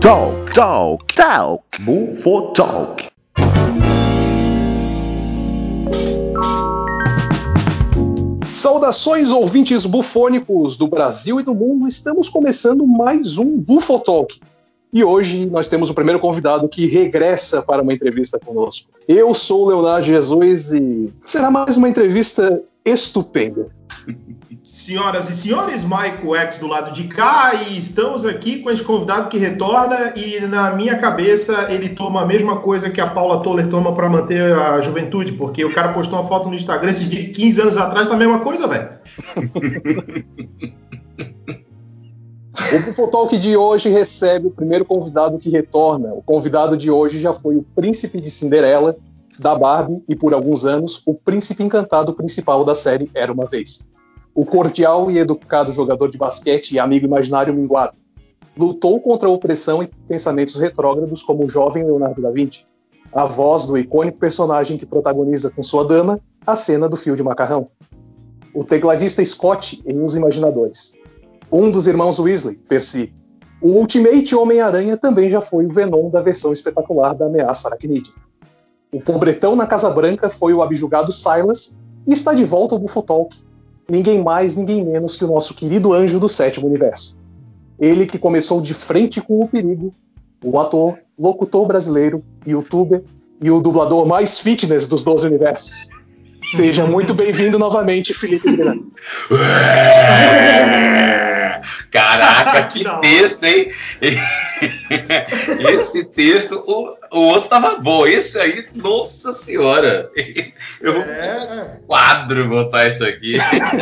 Talk. Bufo Talk. Saudações, ouvintes bufônicos do Brasil e do mundo. Estamos começando mais um Bufo Talk. E hoje nós temos o primeiro convidado que regressa para uma entrevista conosco. Eu sou o Leonardo Jesus e será mais uma entrevista estupenda. Senhoras e senhores, Michael X do lado de cá, e estamos aqui com esse convidado que retorna e na minha cabeça ele toma a mesma coisa que a Paula Toller toma para manter a juventude, porque o cara postou uma foto no Instagram esses dias, 15 anos atrás, tá a mesma coisa, velho. O Bufo Talk de hoje recebe o primeiro convidado que retorna. O convidado de hoje já foi o príncipe de Cinderela, da Barbie, e por alguns anos, o príncipe encantado principal da série Era Uma Vez. O cordial e educado jogador de basquete e amigo imaginário minguado. Lutou contra a opressão e pensamentos retrógrados como o jovem Leonardo da Vinci. A voz do icônico personagem que protagoniza com sua dama a cena do fio de macarrão. O tecladista Scott em Os Imaginadores. Um dos irmãos Weasley, Percy. O Ultimate Homem-Aranha também já foi o Venom da versão espetacular da Ameaça Aracnídea. O pobretão na Casa Branca foi o abjugado Silas e está de volta ao Bufo Talk. Ninguém mais, ninguém menos que o nosso querido anjo do sétimo universo. Ele que começou de frente com o perigo, o ator, locutor brasileiro, youtuber e o dublador mais fitness dos 12 universos. Seja muito bem-vindo novamente, Felipe Grana. Caraca, que texto, hein? Esse texto, o outro tava bom. Esse aí, nossa senhora. Eu vou quadro botar isso aqui.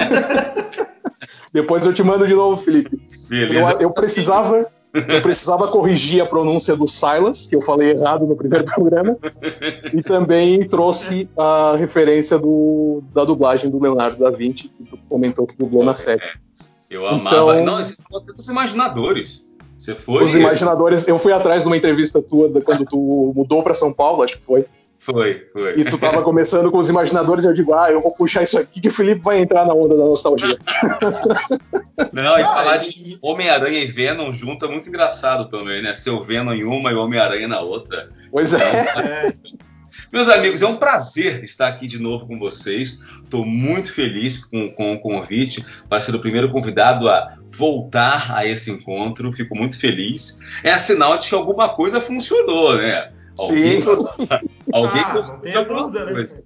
Depois eu te mando de novo, Felipe. Beleza. Eu precisava corrigir a pronúncia do Silas, que eu falei errado no primeiro programa, e também trouxe a referência da dublagem do Leonardo da Vinci, que tu comentou que dublou na série. Eu amava. Então, não, esse falou até dos Imaginadores. Você foi? Os Imaginadores, eu fui atrás de uma entrevista tua quando tu mudou para São Paulo, acho que foi. Foi. E tu tava começando com Os Imaginadores, e eu digo, eu vou puxar isso aqui que o Felipe vai entrar na onda da nostalgia. Não, e falar de Homem-Aranha e Venom junto é muito engraçado também, né? Ser o Venom em uma e o Homem-Aranha na outra. Pois é. Meus amigos, é um prazer estar aqui de novo com vocês. Estou muito feliz com o convite para ser o primeiro convidado a voltar a esse encontro. Fico muito feliz. É sinal de que alguma coisa funcionou, né? Alguém não tenha dúvida, né?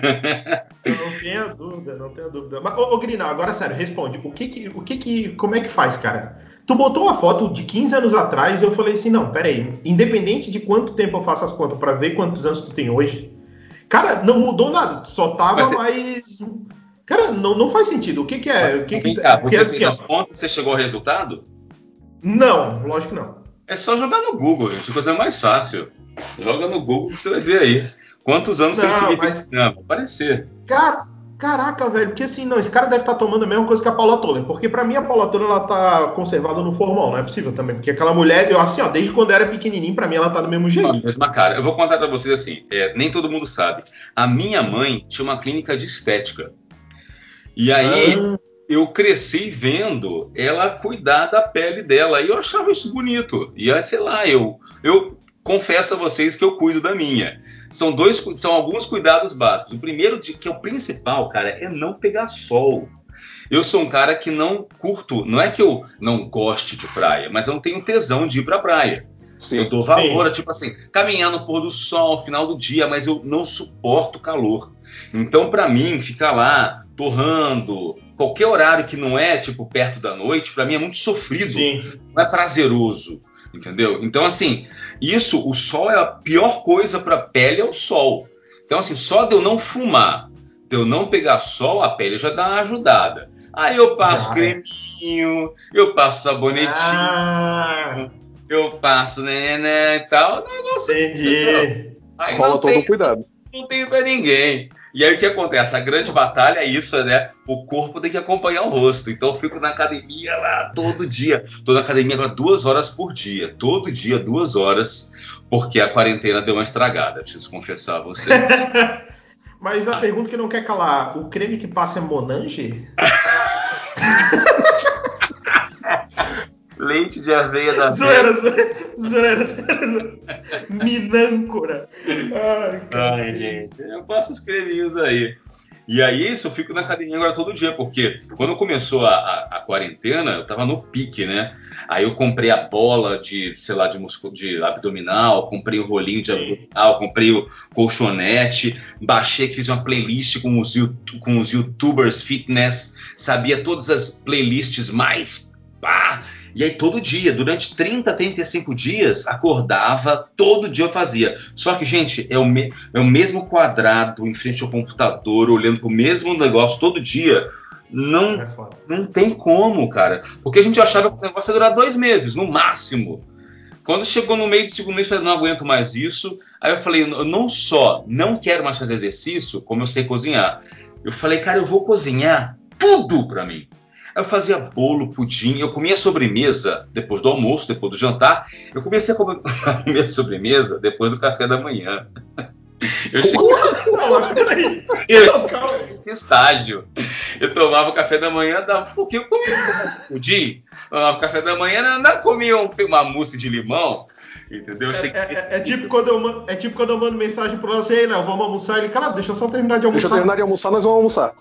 Não tenha dúvida. Mas, Grina, agora sério, responde. Como é que faz, cara? Tu botou uma foto de 15 anos atrás e eu falei assim, não, peraí, independente de quanto tempo eu faço as contas pra ver quantos anos tu tem hoje, cara, não mudou nada, só tava mais... Cara, não faz sentido. O que é? Você fez as contas e você chegou ao resultado? Não, lógico que não. É só jogar no Google, gente, a coisa mais fácil. Joga no Google que você vai ver aí. Quantos anos tem Felipe? Vai aparecer. Caraca, velho, porque assim, esse cara deve estar tomando a mesma coisa que a Paula Toller, porque pra mim a Paula Toller, ela tá conservada no formal, não é possível também, porque aquela mulher, desde quando era pequenininho, pra mim ela tá do mesmo jeito. A mesma cara. Eu vou contar pra vocês assim, nem todo mundo sabe. A minha mãe tinha uma clínica de estética. E aí eu cresci vendo ela cuidar da pele dela, e eu achava isso bonito. E aí, sei lá, eu confesso a vocês que eu cuido da minha. São alguns cuidados básicos. O primeiro, que é o principal, cara, é não pegar sol. Eu sou um cara que não curto, não é que eu não goste de praia, mas eu não tenho tesão de ir pra praia. Sim, eu dou valor, tipo assim, caminhar no pôr do sol, final do dia, mas eu não suporto calor. Então, pra mim, ficar lá, torrando, qualquer horário que não é, tipo, perto da noite, pra mim é muito sofrido. Sim. Não é prazeroso. Entendeu? Então, assim, o sol é a pior coisa para a pele, é o sol. Então, assim, só de eu não fumar, de eu não pegar sol, a pele já dá uma ajudada. Aí eu passo creminho, eu passo sabonetinho, eu passo né e tal. Negócio. Entendi. Aí rola todo o cuidado. Não tem pra ninguém. E aí o que acontece? A grande batalha é isso, né? O corpo tem que acompanhar o rosto. Então eu fico na academia lá todo dia. Tô na academia agora 2 horas por dia. Todo dia, 2 horas. Porque a quarentena deu uma estragada. Preciso confessar a vocês. Mas a pergunta que não quer calar. O creme que passa é Monange? Leite de aveia da Zoeira. Minâncora. Ai, gente, eu passo os creminhos aí. E aí, isso eu fico na academia agora todo dia, porque quando começou a quarentena, eu tava no pique, né? Aí eu comprei a bola de, sei lá, de abdominal, comprei o rolinho de abdominal, comprei o colchonete, baixei, fiz uma playlist com os YouTubers fitness, sabia todas as playlists mais... E aí todo dia, durante 30, 35 dias, acordava, todo dia eu fazia. Só que, gente, é o mesmo quadrado em frente ao computador, olhando pro mesmo negócio todo dia. Não tem como, cara. Porque a gente achava que o negócio ia durar 2 meses, no máximo. Quando chegou no meio do segundo mês, eu falei, não aguento mais isso. Aí eu falei, eu não só não quero mais fazer exercício, como eu sei cozinhar. Eu falei, cara, eu vou cozinhar tudo pra mim. Eu fazia bolo, pudim, eu comia sobremesa depois do almoço, depois do jantar. Eu comecei a comer sobremesa depois do café da manhã. Eu cheguei nesse estágio. Eu tomava o café da manhã, dava um pouquinho, eu comia pudim, tomava o café da manhã, ainda comia uma mousse de limão. Entendeu? É tipo quando eu mando mensagem pra você, aí, Léo, vamos almoçar. Ele, cara, deixa eu só terminar de almoçar. Deixa eu terminar de almoçar, nós vamos almoçar.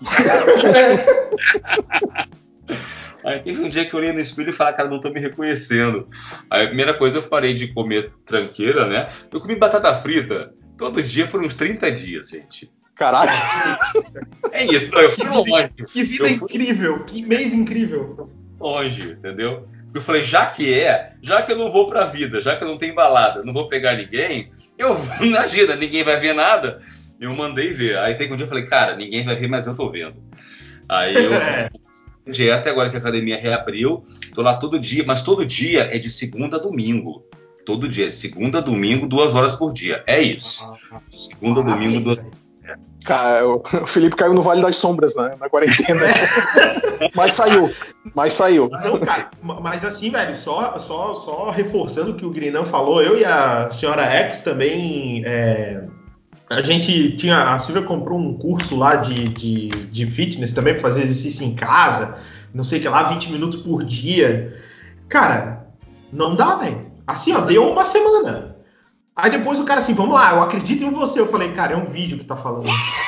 Aí teve um dia que eu olhei no espelho e falei, cara, não tô me reconhecendo. Aí a primeira coisa eu parei de comer tranqueira, né? Eu comi batata frita todo dia por uns 30 dias, gente. Caralho. É isso, eu fui longe. Que vida incrível, que mês incrível. Longe, entendeu? Eu falei, já que eu não vou pra vida, já que eu não tenho balada, não vou pegar ninguém, eu vou na gira, ninguém vai ver nada. Eu mandei ver. Aí tem um dia eu falei, cara, ninguém vai ver, mas eu tô vendo. Aí eu dieta, agora que a academia reabriu, tô lá todo dia, mas todo dia é de segunda a domingo. Todo dia, é segunda a domingo, 2 horas por dia. É isso. Segunda a domingo, 2 horas. Cara, o Felipe caiu no Vale das Sombras, né, na quarentena. Mas saiu. Não, cara, mas assim, velho, só reforçando o que o Grinão falou, eu e a senhora X também. A Silvia comprou um curso lá de fitness também, pra fazer exercício em casa, não sei o que lá, 20 minutos por dia. Cara, não dá, velho. Assim, ó, deu uma semana. Aí depois o cara assim, vamos lá, eu acredito em você. Eu falei, cara, é um vídeo que tá falando.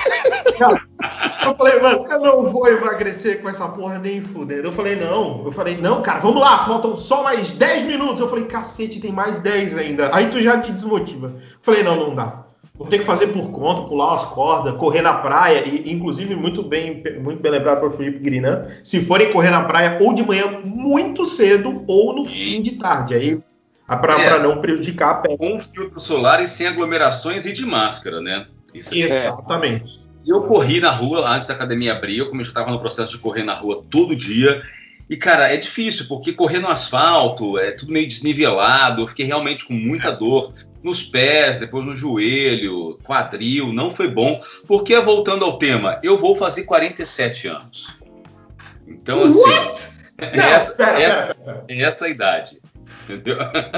Eu falei, mano, eu não vou emagrecer com essa porra nem fudendo. Eu falei, não, cara, vamos lá, faltam só mais 10 minutos. Eu falei, cacete, tem mais 10 ainda. Aí tu já te desmotiva. Eu falei, não dá. Vou ter que fazer por conta, pular as cordas, correr na praia. E, inclusive, muito bem lembrado por Felipe Grinan, se forem correr na praia ou de manhã muito cedo ou no fim de tarde. Aí, pra não prejudicar a pele. Com filtro solar e sem aglomerações e de máscara, né? Isso exatamente. Eu corri na rua antes da academia abrir, eu estava no processo de correr na rua todo dia. E, cara, é difícil, porque correr no asfalto é tudo meio desnivelado. Eu fiquei realmente com muita dor nos pés, depois no joelho, quadril. Não foi bom. Porque, voltando ao tema, eu vou fazer 47 anos. Então, assim, essa é a idade. Entendeu?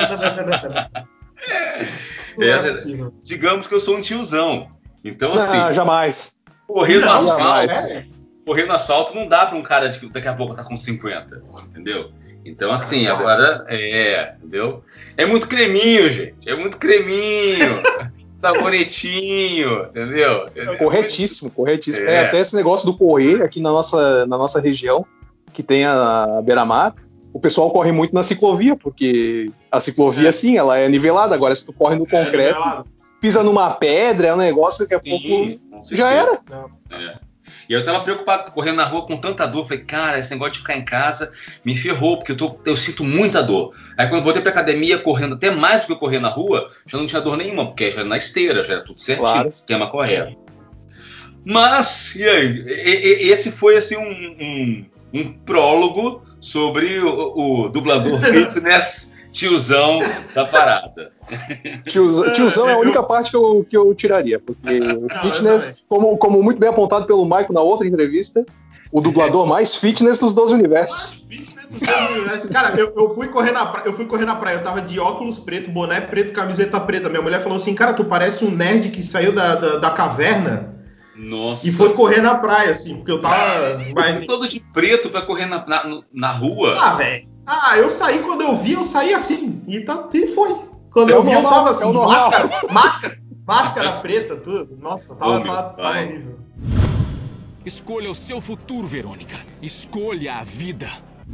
Digamos que eu sou um tiozão. Então, assim, jamais. Correr no asfalto não dá para um cara que daqui a pouco tá com 50, entendeu? Então, assim, agora entendeu? É muito creminho, gente. É muito creminho. Sabonetinho, entendeu? Corretíssimo. Até esse negócio do correr aqui na nossa região, que tem a beira-mar, o pessoal corre muito na ciclovia, porque a ciclovia, sim, ela é nivelada. Agora, se tu corre no concreto, pisa numa pedra, é um negócio que daqui a pouco já era. E eu tava preocupado, correndo na rua com tanta dor. Falei, cara, esse negócio de ficar em casa me ferrou, porque eu sinto muita dor. Aí quando eu voltei pra academia, correndo até mais do que eu corria na rua, já não tinha dor nenhuma, porque já era na esteira, já era tudo certinho, claro. Esquema correto. Mas, e aí? Esse foi assim um prólogo sobre o dublador fitness tiozão da parada. Tiozão é a única parte que eu tiraria, porque o fitness, como muito bem apontado pelo Michael na outra entrevista, o dublador mais fitness dos 12 universos. Cara, eu fui correr na praia, eu tava de óculos preto, boné preto, camiseta preta. Minha mulher falou assim, cara, tu parece um nerd que saiu da caverna. Nossa. E foi correr na praia, assim, porque eu tava mais... todo de preto pra correr na rua. Velho. Eu saí, quando eu vi, eu saí assim. E foi. Quando É eu o vi, eu normal, tava assim, é o normal. máscara preta, tudo. Nossa, tava horrível. Escolha o seu futuro, Verônica. Escolha a vida.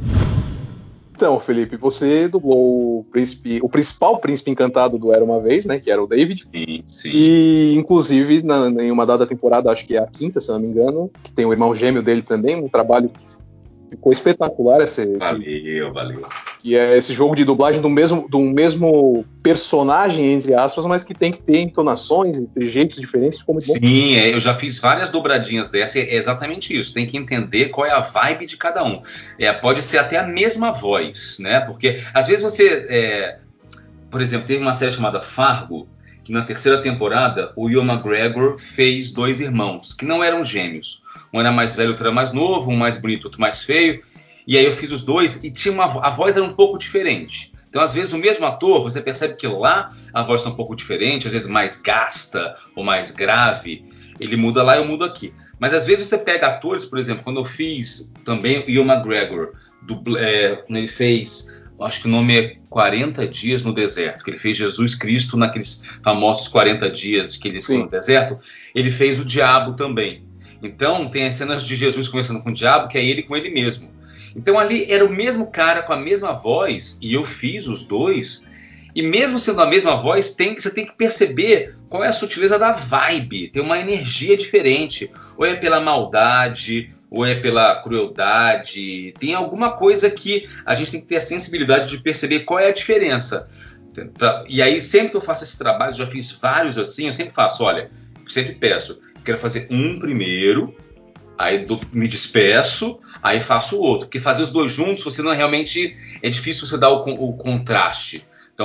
Então, Felipe, você dublou o principal príncipe encantado do Era Uma Vez, né? Que era o David. Sim. E, inclusive, em uma dada temporada, acho que é a quinta, se eu não me engano, que tem o irmão gêmeo dele também, um trabalho que ficou espetacular. Valeu. Que é esse jogo de dublagem do mesmo personagem, entre aspas, mas que tem que ter entonações e trejeitos diferentes, ficou muito bom. Sim, eu já fiz várias dobradinhas dessa, é exatamente isso. Tem que entender qual é a vibe de cada um. Pode ser até a mesma voz, né? Porque às vezes você, por exemplo, teve uma série chamada Fargo, que na terceira temporada o Ewan McGregor fez dois irmãos, que não eram gêmeos. Um era mais velho, outro era mais novo, um mais bonito, outro mais feio. E aí eu fiz os dois e a voz era um pouco diferente. Então, às vezes, o mesmo ator, você percebe que lá a voz está um pouco diferente, às vezes mais gasta ou mais grave. Ele muda lá, eu mudo aqui. Mas, às vezes, você pega atores, por exemplo, quando eu fiz também o Ewan McGregor, quando ele fez, acho que o nome é 40 Dias no Deserto, que ele fez Jesus Cristo naqueles famosos 40 dias que ele ficou no deserto, ele fez o Diabo também. Então, tem as cenas de Jesus conversando com o Diabo, que é ele com ele mesmo. Então ali era o mesmo cara com a mesma voz, e eu fiz os dois, e mesmo sendo a mesma voz, você tem que perceber qual é a sutileza da vibe, tem uma energia diferente, ou é pela maldade, ou é pela crueldade, tem alguma coisa que a gente tem que ter a sensibilidade de perceber qual é a diferença. E aí sempre que eu faço esse trabalho, já fiz vários assim, eu sempre faço, olha, sempre peço, quero fazer um primeiro, aí me despeço, aí faço o outro. Porque fazer os dois juntos, você não realmente é difícil você dar o contraste. Então,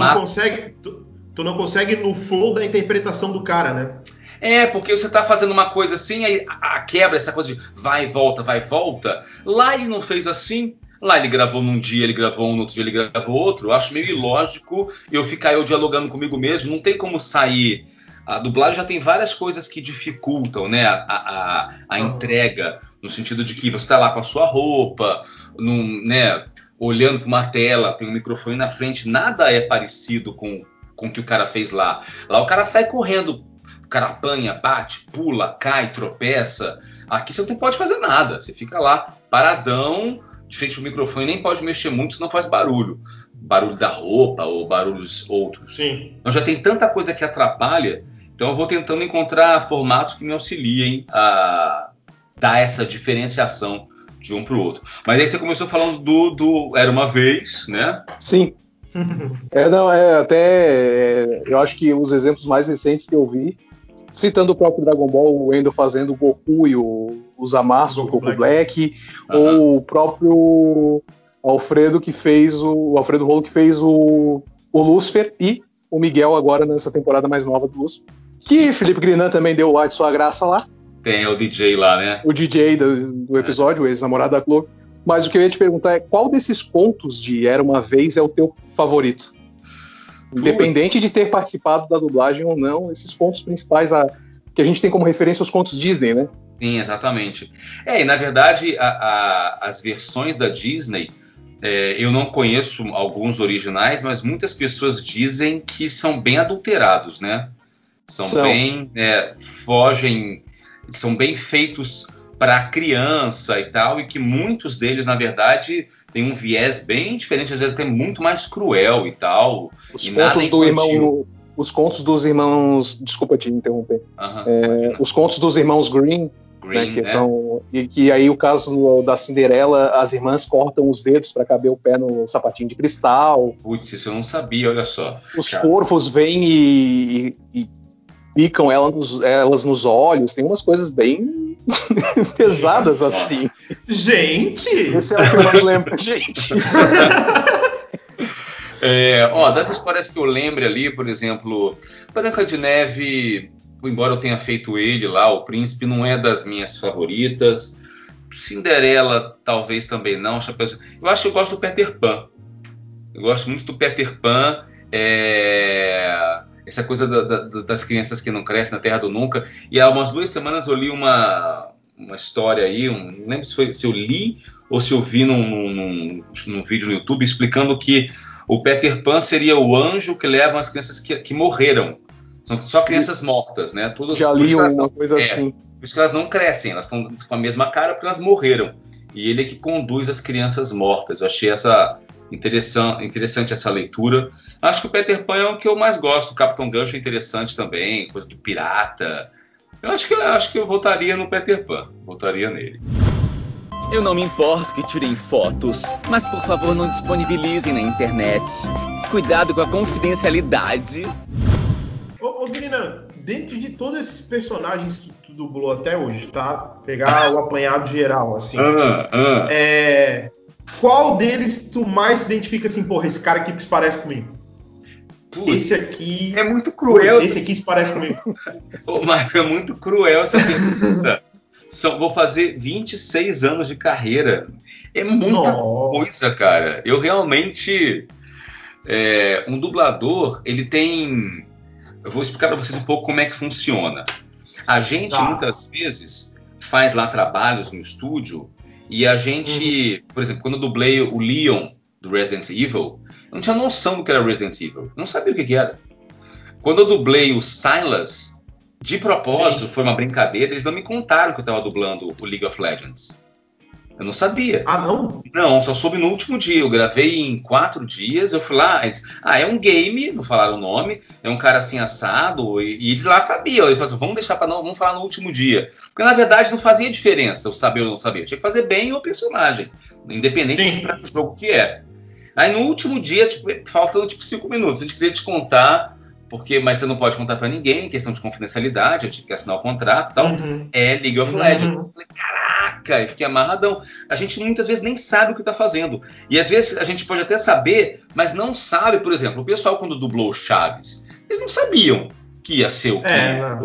tu não consegue no flow da interpretação do cara, né? Porque você tá fazendo uma coisa assim, aí a quebra, essa coisa de vai e volta. Lá ele não fez assim. Lá ele gravou num dia, ele gravou um, no outro dia ele gravou outro. Eu acho meio ilógico eu ficar dialogando comigo mesmo. Não tem como sair. A dublagem já tem várias coisas que dificultam, né, a entrega, no sentido de que você está lá com a sua roupa, né, olhando para uma tela, tem um microfone na frente, nada é parecido com o que o cara fez lá. Lá o cara sai correndo, o cara apanha, bate, pula, cai, tropeça. Aqui você não pode fazer nada, você fica lá paradão, de frente pro microfone, nem pode mexer muito, senão faz barulho da roupa ou barulhos outros. Sim. Então já tem tanta coisa que atrapalha. Então eu vou tentando encontrar formatos que me auxiliem a dar essa diferenciação de um para o outro. Mas aí você começou falando do Era Uma Vez, né? Sim. Eu acho que os exemplos mais recentes que eu vi, citando o próprio Dragon Ball, o Endo fazendo o Goku e o Zamasu, o Goku Black, ou o próprio Alfredo Rolo que fez o Lúcifer, e o Miguel agora nessa temporada mais nova do Lúcifer. Que Felipe Grinan também deu lá de sua graça lá. Tem o DJ lá, né? O DJ do episódio, o ex-namorado da Chloe. Mas o que eu ia te perguntar é qual desses contos de Era Uma Vez é o teu favorito? Independente de ter participado da dublagem ou não, esses contos principais que a gente tem como referência os contos Disney, né? Sim, exatamente. E na verdade, as versões da Disney, eu não conheço alguns originais, mas muitas pessoas dizem que são bem adulterados, né? São bem são bem feitos para criança e tal, e que muitos deles, na verdade, têm um viés bem diferente, às vezes até muito mais cruel e tal. Os contos dos irmãos. Desculpa te interromper. Os contos dos irmãos Green, né, que são. E que aí o caso da Cinderela, as irmãs cortam os dedos para caber o pé no sapatinho de cristal. Putz, isso eu não sabia, olha só. Os corvos vêm e picam elas nos olhos, tem umas coisas bem pesadas assim. Gente! Esse é o que eu mais lembro, gente. Das histórias que eu lembro ali, por exemplo, Branca de Neve, embora eu tenha feito ele lá, o Príncipe, não é das minhas favoritas. Cinderela, talvez também não. Eu acho que eu gosto do Peter Pan. Eu gosto muito do Peter Pan. Essa coisa das crianças que não crescem na Terra do Nunca. E há umas 2 semanas eu li uma história aí, não lembro se eu li ou se eu vi num vídeo no YouTube explicando que O Peter Pan seria o anjo que leva as crianças que morreram. São só crianças mortas, né? Já li uma coisa assim. Por isso que elas não crescem, elas estão com a mesma cara porque elas morreram. E ele é que conduz as crianças mortas. Eu achei interessante essa leitura. Acho que o Peter Pan é o que eu mais gosto. O Capitão Gancho é interessante também, coisa do pirata. Eu acho que eu votaria no Peter Pan. Votaria nele. Eu não me importo que tirem fotos, mas por favor não disponibilizem na internet. Cuidado com a confidencialidade. Ô Guinan, dentro de todos esses personagens que tu dublou até hoje, tá? Pegar o apanhado geral, assim. Qual deles tu mais se identifica assim, porra, esse cara aqui se parece comigo? Putz, esse aqui... É muito cruel. Esse aqui se parece comigo. Ô, Marco, é muito cruel essa pergunta. Vou fazer 26 anos de carreira. É muita coisa, cara. Eu realmente... um dublador, ele tem... Eu vou explicar para vocês um pouco como é que funciona. A gente, muitas vezes, faz lá trabalhos no estúdio e a gente... Por exemplo, quando eu dublei o Leon do Resident Evil, eu não tinha noção do que era Resident Evil. Eu não sabia o que era. Quando eu dublei o Silas, de propósito, foi uma brincadeira, eles não me contaram que eu estava dublando o League of Legends. Eu não sabia. Ah, não? Não, só soube no último dia. Eu gravei em 4 dias. Eu fui lá, eles... é um game, não falaram o nome. É um cara assim assado. E eles lá sabiam. Eles falaram assim, vamos falar no último dia. Porque na verdade não fazia diferença eu saber ou não saber. Eu tinha que fazer bem o personagem, independente do jogo que é. Aí no último dia, faltando 5 minutos, a gente queria te contar, mas você não pode contar pra ninguém, questão de confidencialidade, eu tive que assinar o contrato e tal. É League of Legends. Eu falei, caraca, e fiquei amarradão. A gente muitas vezes nem sabe o que tá fazendo. E às vezes a gente pode até saber, mas não sabe, por exemplo, o pessoal quando dublou o Chaves, eles não sabiam que ia ser o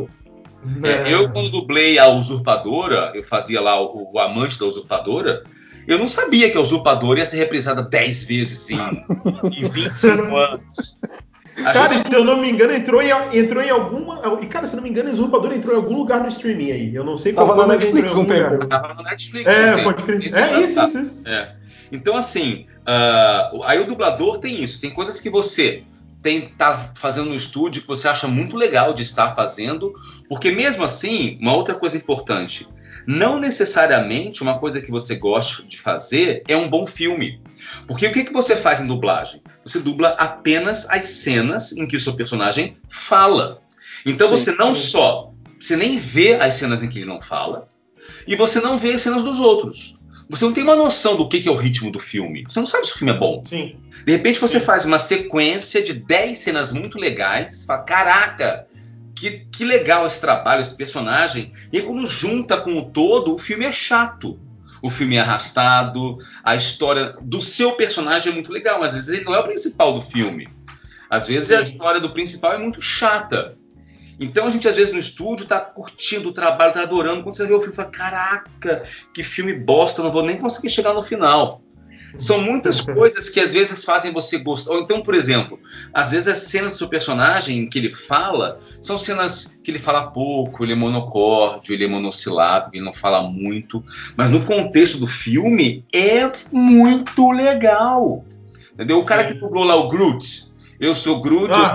que eu, quando dublei a Usurpadora, eu fazia lá o amante da Usurpadora, eu não sabia que a Usurpadora ia ser reprisada 10 vezes em 25 anos. Cara, se eu não me engano, entrou em alguma... E, cara, se eu não me engano, a Usurpadora entrou em algum lugar no streaming aí. Eu não sei qual foi, mas entrou em algum lugar. Tava no Netflix. Pode crer. Isso. Então, assim, aí o dublador tem isso. Tem coisas que você tá fazendo no estúdio que você acha muito legal de estar fazendo, porque mesmo assim, uma outra coisa importante, não necessariamente uma coisa que você gosta de fazer é um bom filme. Porque o que você faz em dublagem? Você dubla apenas as cenas em que o seu personagem fala. Então você nem vê as cenas em que ele não fala, e você não vê as cenas dos outros. Você não tem uma noção do que é o ritmo do filme. Você não sabe se o filme é bom. Sim. De repente você faz uma sequência de 10 cenas muito legais, você fala, caraca, que legal esse trabalho, esse personagem. E aí, quando junta com o todo, o filme é chato. O filme é arrastado, a história do seu personagem é muito legal, mas às vezes ele não é o principal do filme. Às vezes a história do principal é muito chata. Então a gente às vezes no estúdio tá curtindo o trabalho, tá adorando. Quando você vê o filme, fala, caraca, que filme bosta, não vou nem conseguir chegar no final. São muitas coisas que às vezes fazem você gostar. Ou então, por exemplo, às vezes as cenas do seu personagem em que ele fala são cenas que ele fala pouco, ele é monocórdio, ele é monossilábico, ele não fala muito. Mas no contexto do filme é muito legal. Entendeu? O cara que dublou lá o Groot, eu sou Groot, eu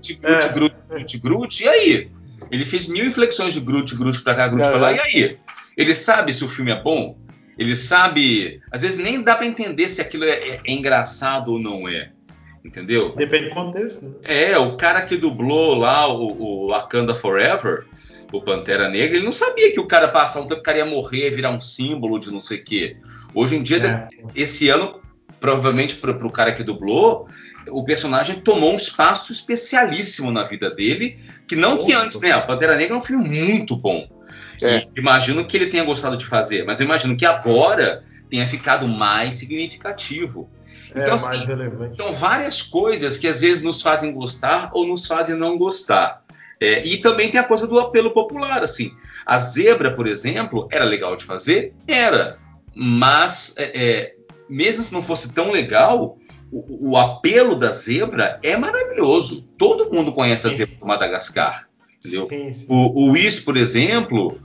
sou Groot, e aí? Ele fez 1000 inflexões de Groot pra cá, Groot pra lá, e aí? Ele sabe se o filme é bom? Ele sabe... Às vezes nem dá pra entender se aquilo é engraçado ou não é. Entendeu? Depende do contexto. Né? O cara que dublou lá o Wakanda Forever, o Pantera Negra, ele não sabia que o cara passar um tempo, o cara ia morrer, virar um símbolo de não sei o quê. Hoje em dia, esse ano, provavelmente pro cara que dublou, o personagem tomou um espaço especialíssimo na vida dele, que não que antes, né? A Pantera Negra é um filme muito bom. E imagino que ele tenha gostado de fazer, mas eu imagino que agora tenha ficado mais significativo. Então, mais assim, relevante. são várias coisas que às vezes nos fazem gostar ou nos fazem não gostar. E também tem a coisa do apelo popular, assim. A Zebra, por exemplo, era legal de fazer? Era. Mas, mesmo se não fosse tão legal, o apelo da Zebra é maravilhoso. Todo mundo conhece a Zebra do Madagascar. Entendeu? Sim. O Whis, por exemplo,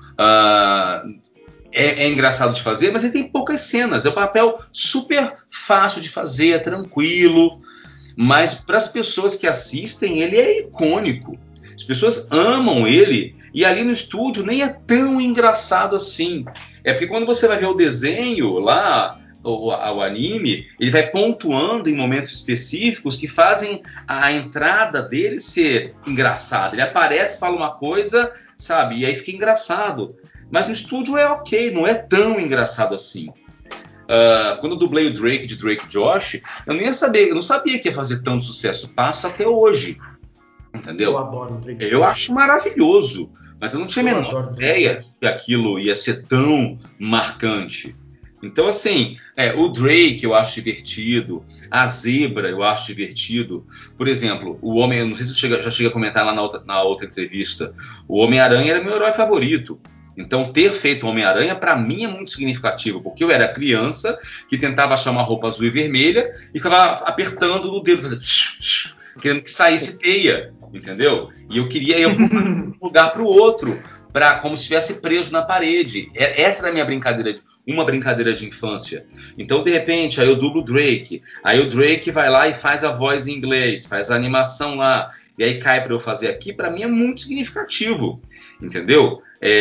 é engraçado de fazer, mas ele tem poucas cenas. É um papel super fácil de fazer, é tranquilo. Mas para as pessoas que assistem, ele é icônico. As pessoas amam ele, e ali no estúdio nem é tão engraçado assim. É porque quando você vai ver o desenho lá, o anime, ele vai pontuando em momentos específicos que fazem a entrada dele ser engraçada. Ele aparece, fala uma coisa, sabe? E aí fica engraçado. Mas no estúdio é ok, não é tão engraçado assim. Quando eu dublei o Drake de Drake Josh, eu não sabia que ia fazer tanto sucesso. Passa até hoje. Entendeu? Eu adoro o Drake Eu Josh. acho maravilhoso. Mas eu não tinha a menor adoro ideia que aquilo ia ser tão marcante. Então, assim, o Drake eu acho divertido, a Zebra eu acho divertido. Por exemplo, o Homem, não sei se eu já cheguei a comentar lá na outra entrevista, o Homem-Aranha era meu herói favorito. Então, ter feito o Homem-Aranha, para mim, é muito significativo, porque eu era criança que tentava achar uma roupa azul e vermelha e ficava apertando no dedo, fazendo querendo que saísse teia, entendeu? E eu queria ir de um lugar para o outro, como se estivesse preso na parede. Essa era a minha brincadeira, uma brincadeira de infância. Então, de repente, aí eu dublo o Drake, aí o Drake vai lá e faz a voz em inglês, faz a animação lá, e aí cai para eu fazer aqui, para mim é muito significativo, entendeu?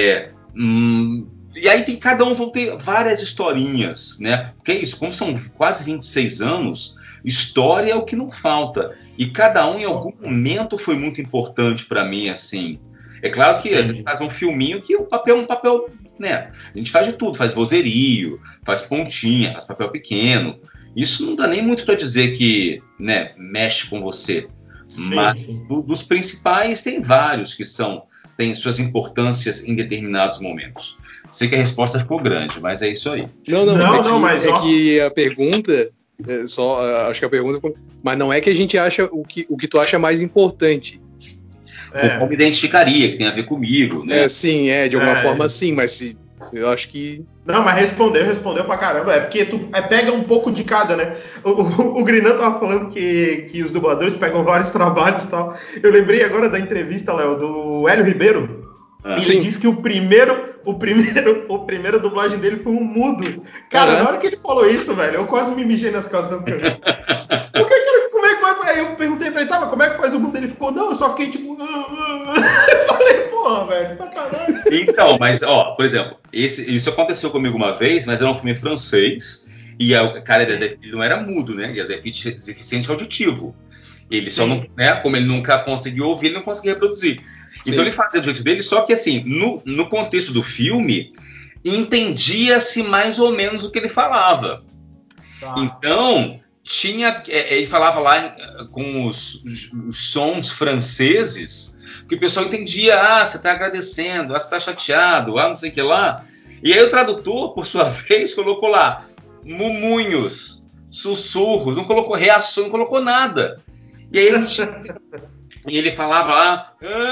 E aí cada um vão ter várias historinhas, né? Porque é isso, como são quase 26 anos, história é o que não falta. E cada um em algum momento foi muito importante para mim, assim. É claro que às vezes faz um filminho que o papel é um papel, né? A gente faz de tudo, faz vozerio, faz pontinha, faz papel pequeno. Isso não dá nem muito para dizer que, né, mexe com você. Mas dos principais tem vários que têm suas importâncias em determinados momentos. Sei que a resposta ficou grande, mas é isso aí. Mas que a pergunta, acho que a pergunta, mas não é que a gente acha o que tu acha mais importante. Como me identificaria, que tem a ver comigo, né? Sim, de alguma forma sim, mas eu acho que... Não, mas respondeu pra caramba. É porque tu pega um pouco de cada, né? O Grinan tava falando que os dubladores pegam vários trabalhos e tal. Eu lembrei agora da entrevista, Léo, do Hélio Ribeiro. Ele disse que o primeiro dublagem dele foi um mudo. Cara, na hora que ele falou isso, velho, eu quase me mijei nas costas do canto. Como é que vai? Aí eu perguntei pra ele, mas como é que faz o mudo? Ele ficou, não, eu só fiquei tipo... Eu falei, porra, velho, sacanagem. Então, mas, por exemplo, isso aconteceu comigo uma vez, mas era um filme francês, e o cara ele não era mudo, né? Ele era deficiente auditivo. Ele só não, né? Como ele nunca conseguiu ouvir, ele não conseguia reproduzir. Sim. Então ele fazia do jeito dele, só que assim, no contexto do filme, entendia-se mais ou menos o que ele falava. Tá. Então, ele falava lá com os sons franceses, que o pessoal entendia, você está agradecendo, você está chateado, não sei o que lá. E aí o tradutor, por sua vez, colocou lá mumunhos, sussurros, não colocou reação, não colocou nada. E aí e ele falava lá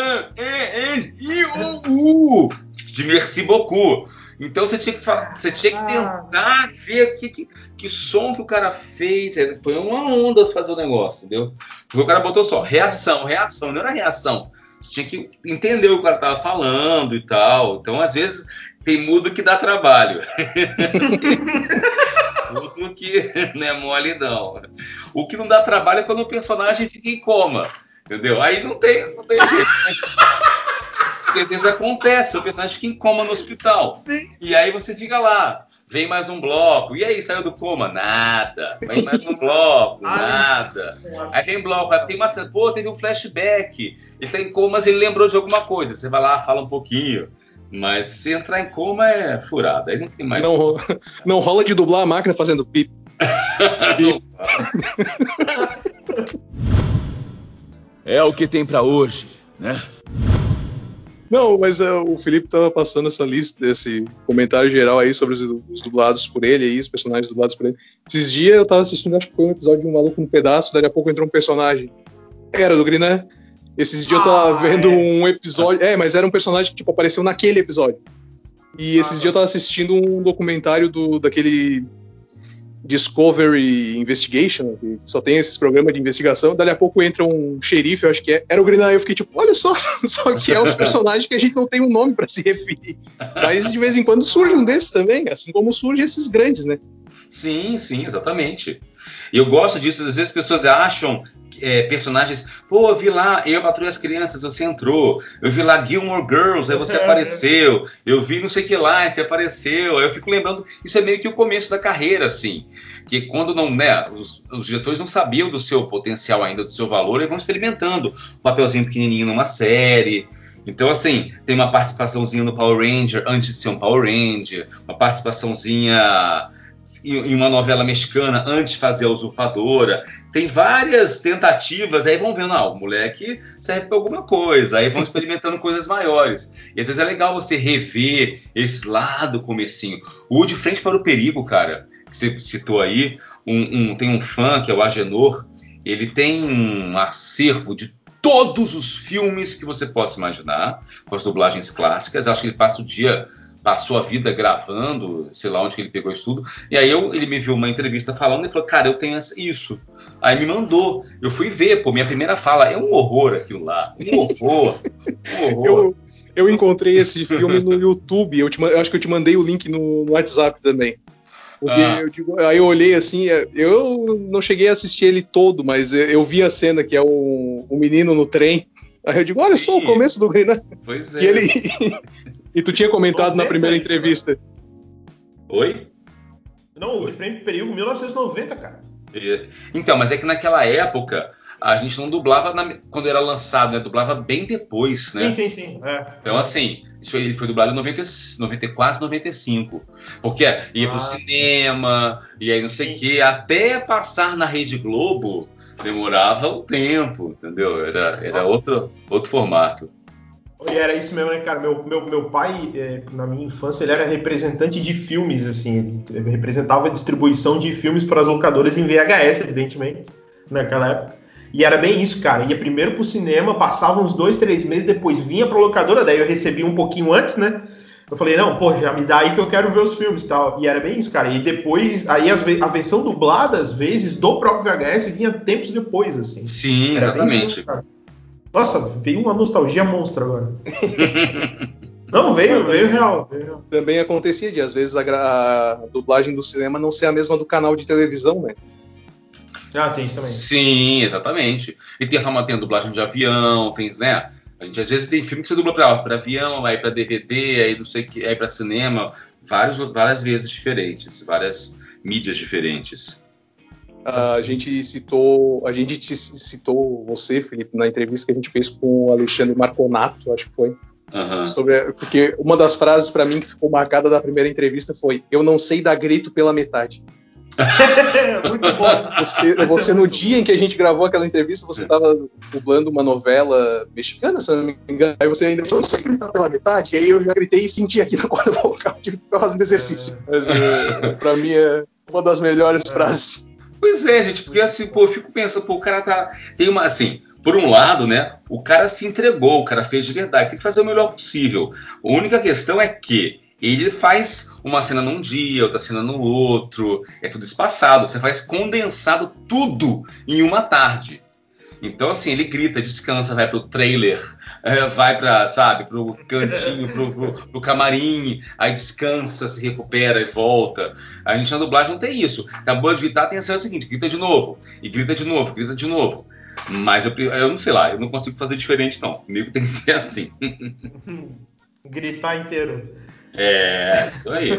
de merci beaucoup. Então você tinha que tentar ver que som que o cara fez. Foi uma onda fazer o negócio, entendeu? Porque o cara botou só reação, não era reação. Você tinha que entender o que o cara tava falando e tal. Então, às vezes, tem mudo que dá trabalho. Mudo que não é mole, não. O que não dá trabalho é quando o personagem fica em coma. Entendeu? Aí não tem jeito. Porque às vezes acontece, o personagem fica em coma no hospital. Sim. E aí você fica lá, vem mais um bloco. E aí, saiu do coma? Nada. Vem mais um bloco, nada. Aí vem bloco, aí tem uma cena, teve um flashback. Ele tá em coma, mas ele lembrou de alguma coisa. Você vai lá, fala um pouquinho. Mas se entrar em coma é furado. Aí não tem mais. Não rola de dublar a máquina fazendo pip. Pip. É o que tem pra hoje, né? Não, mas o Felipe tava passando essa lista, esse comentário geral aí sobre os dublados por ele, aí, os personagens dublados por ele. Esses dias eu tava assistindo, acho que foi um episódio de Um Maluco no Pedaço, daqui a pouco entrou um personagem. Era do Grinan. Esses dias eu tava vendo um episódio... mas era um personagem que tipo, apareceu naquele episódio. E esses dias eu tava assistindo um documentário daquele Discovery Investigation, que só tem esses programas de investigação. Dali a pouco entra um xerife, eu acho que era o Grinan. Eu fiquei tipo, olha só que é os personagens que a gente não tem um nome pra se referir. Mas de vez em quando surge um desses também, assim como surgem esses grandes, né? Sim, exatamente. E eu gosto disso, às vezes as pessoas acham personagens, pô, eu vi lá, eu patrulhei as crianças, você entrou, eu vi lá Gilmore Girls, aí você apareceu, eu vi não sei o que lá, você apareceu, aí eu fico lembrando, isso é meio que o começo da carreira, assim, que quando não, né, os diretores não sabiam do seu potencial ainda, do seu valor, eles vão experimentando um papelzinho pequenininho numa série. Então, assim, tem uma participaçãozinha no Power Ranger antes de ser um Power Ranger, uma participaçãozinha em uma novela mexicana antes de fazer a Usurpadora. Tem várias tentativas, aí vão vendo, o moleque serve para alguma coisa, aí vão experimentando coisas maiores. E às vezes é legal você rever esse lado comecinho. O De Frente para o Perigo, cara, que você citou aí, tem um fã, que é o Agenor, ele tem um acervo de todos os filmes que você possa imaginar, com as dublagens clássicas. Acho que ele passou a vida gravando, sei lá onde que ele pegou isso tudo. E aí ele me viu uma entrevista falando e falou, cara, eu tenho isso. Aí me mandou. Eu fui ver, minha primeira fala, é um horror aquilo lá. Um horror. Eu encontrei esse filme no YouTube. Eu acho que eu te mandei o link no WhatsApp também. Porque aí eu olhei assim, eu não cheguei a assistir ele todo, mas eu vi a cena que é o menino no trem. Aí eu digo, olha só o começo do Green, né? Pois é. E tu tinha comentado na primeira entrevista. Né? Oi? Não, o De Frente para o Perigo, 1990, cara. Então, mas é que naquela época a gente não dublava quando era lançado, né? Dublava bem depois, né? Sim. Então, assim, ele foi dublado em 94, 95. Porque ia pro cinema, e aí não sei o quê. Até passar na Rede Globo demorava um tempo, entendeu? Era outro formato. E era isso mesmo, né, cara? Meu pai, na minha infância, ele era representante de filmes, assim. Ele representava a distribuição de filmes para as locadoras em VHS, evidentemente, naquela época. E era bem isso, cara. Ia primeiro pro cinema, passava uns 2, 3 meses, depois vinha pra locadora, daí eu recebia um pouquinho antes, né? Eu falei, não, pô, já me dá aí que eu quero ver os filmes e tal. E era bem isso, cara. E depois, aí a versão dublada, às vezes, do próprio VHS vinha tempos depois, assim. Sim, era exatamente. Bem, cara. Nossa, veio uma nostalgia monstra agora. Não, veio real. Também acontecia de, às vezes, a dublagem do cinema não ser a mesma do canal de televisão, né? Tem isso também. Sim, exatamente. E tem a dublagem de avião, tem, né? A gente às vezes tem filme que você dubla para avião, aí para DVD, aí não sei que, aí para cinema, várias vezes diferentes, várias mídias diferentes. A gente citou você, Felipe, na entrevista que a gente fez com o Alexandre Marconato, acho que foi. Porque uma das frases para mim que ficou marcada da primeira entrevista foi: eu não sei dar grito pela metade. Muito bom. Você no dia em que a gente gravou aquela entrevista, você estava dublando uma novela mexicana, se eu não me engano. Aí você ainda não sei gritar pela metade. E aí eu já gritei e senti aqui na corda vocal, tive que ficar fazendo exercício. Mas pra mim é uma das melhores frases. Pois é, gente, porque assim, eu fico pensando, o cara tem uma, assim, por um lado, né, o cara se entregou, o cara fez de verdade, você tem que fazer o melhor possível. A única questão é que ele faz uma cena num dia, outra cena no outro, é tudo espaçado, você faz condensado tudo em uma tarde. Então, assim, ele grita, descansa, vai pro trailer, vai pro cantinho, pro camarim, aí descansa, se recupera e volta. A gente na dublagem não tem isso. Acabou de gritar, tem a cena seguinte, grita de novo, e grita de novo, grita de novo. Mas eu não sei lá, eu não consigo fazer diferente, não. Comigo tem que ser assim. Gritar inteiro. Isso aí.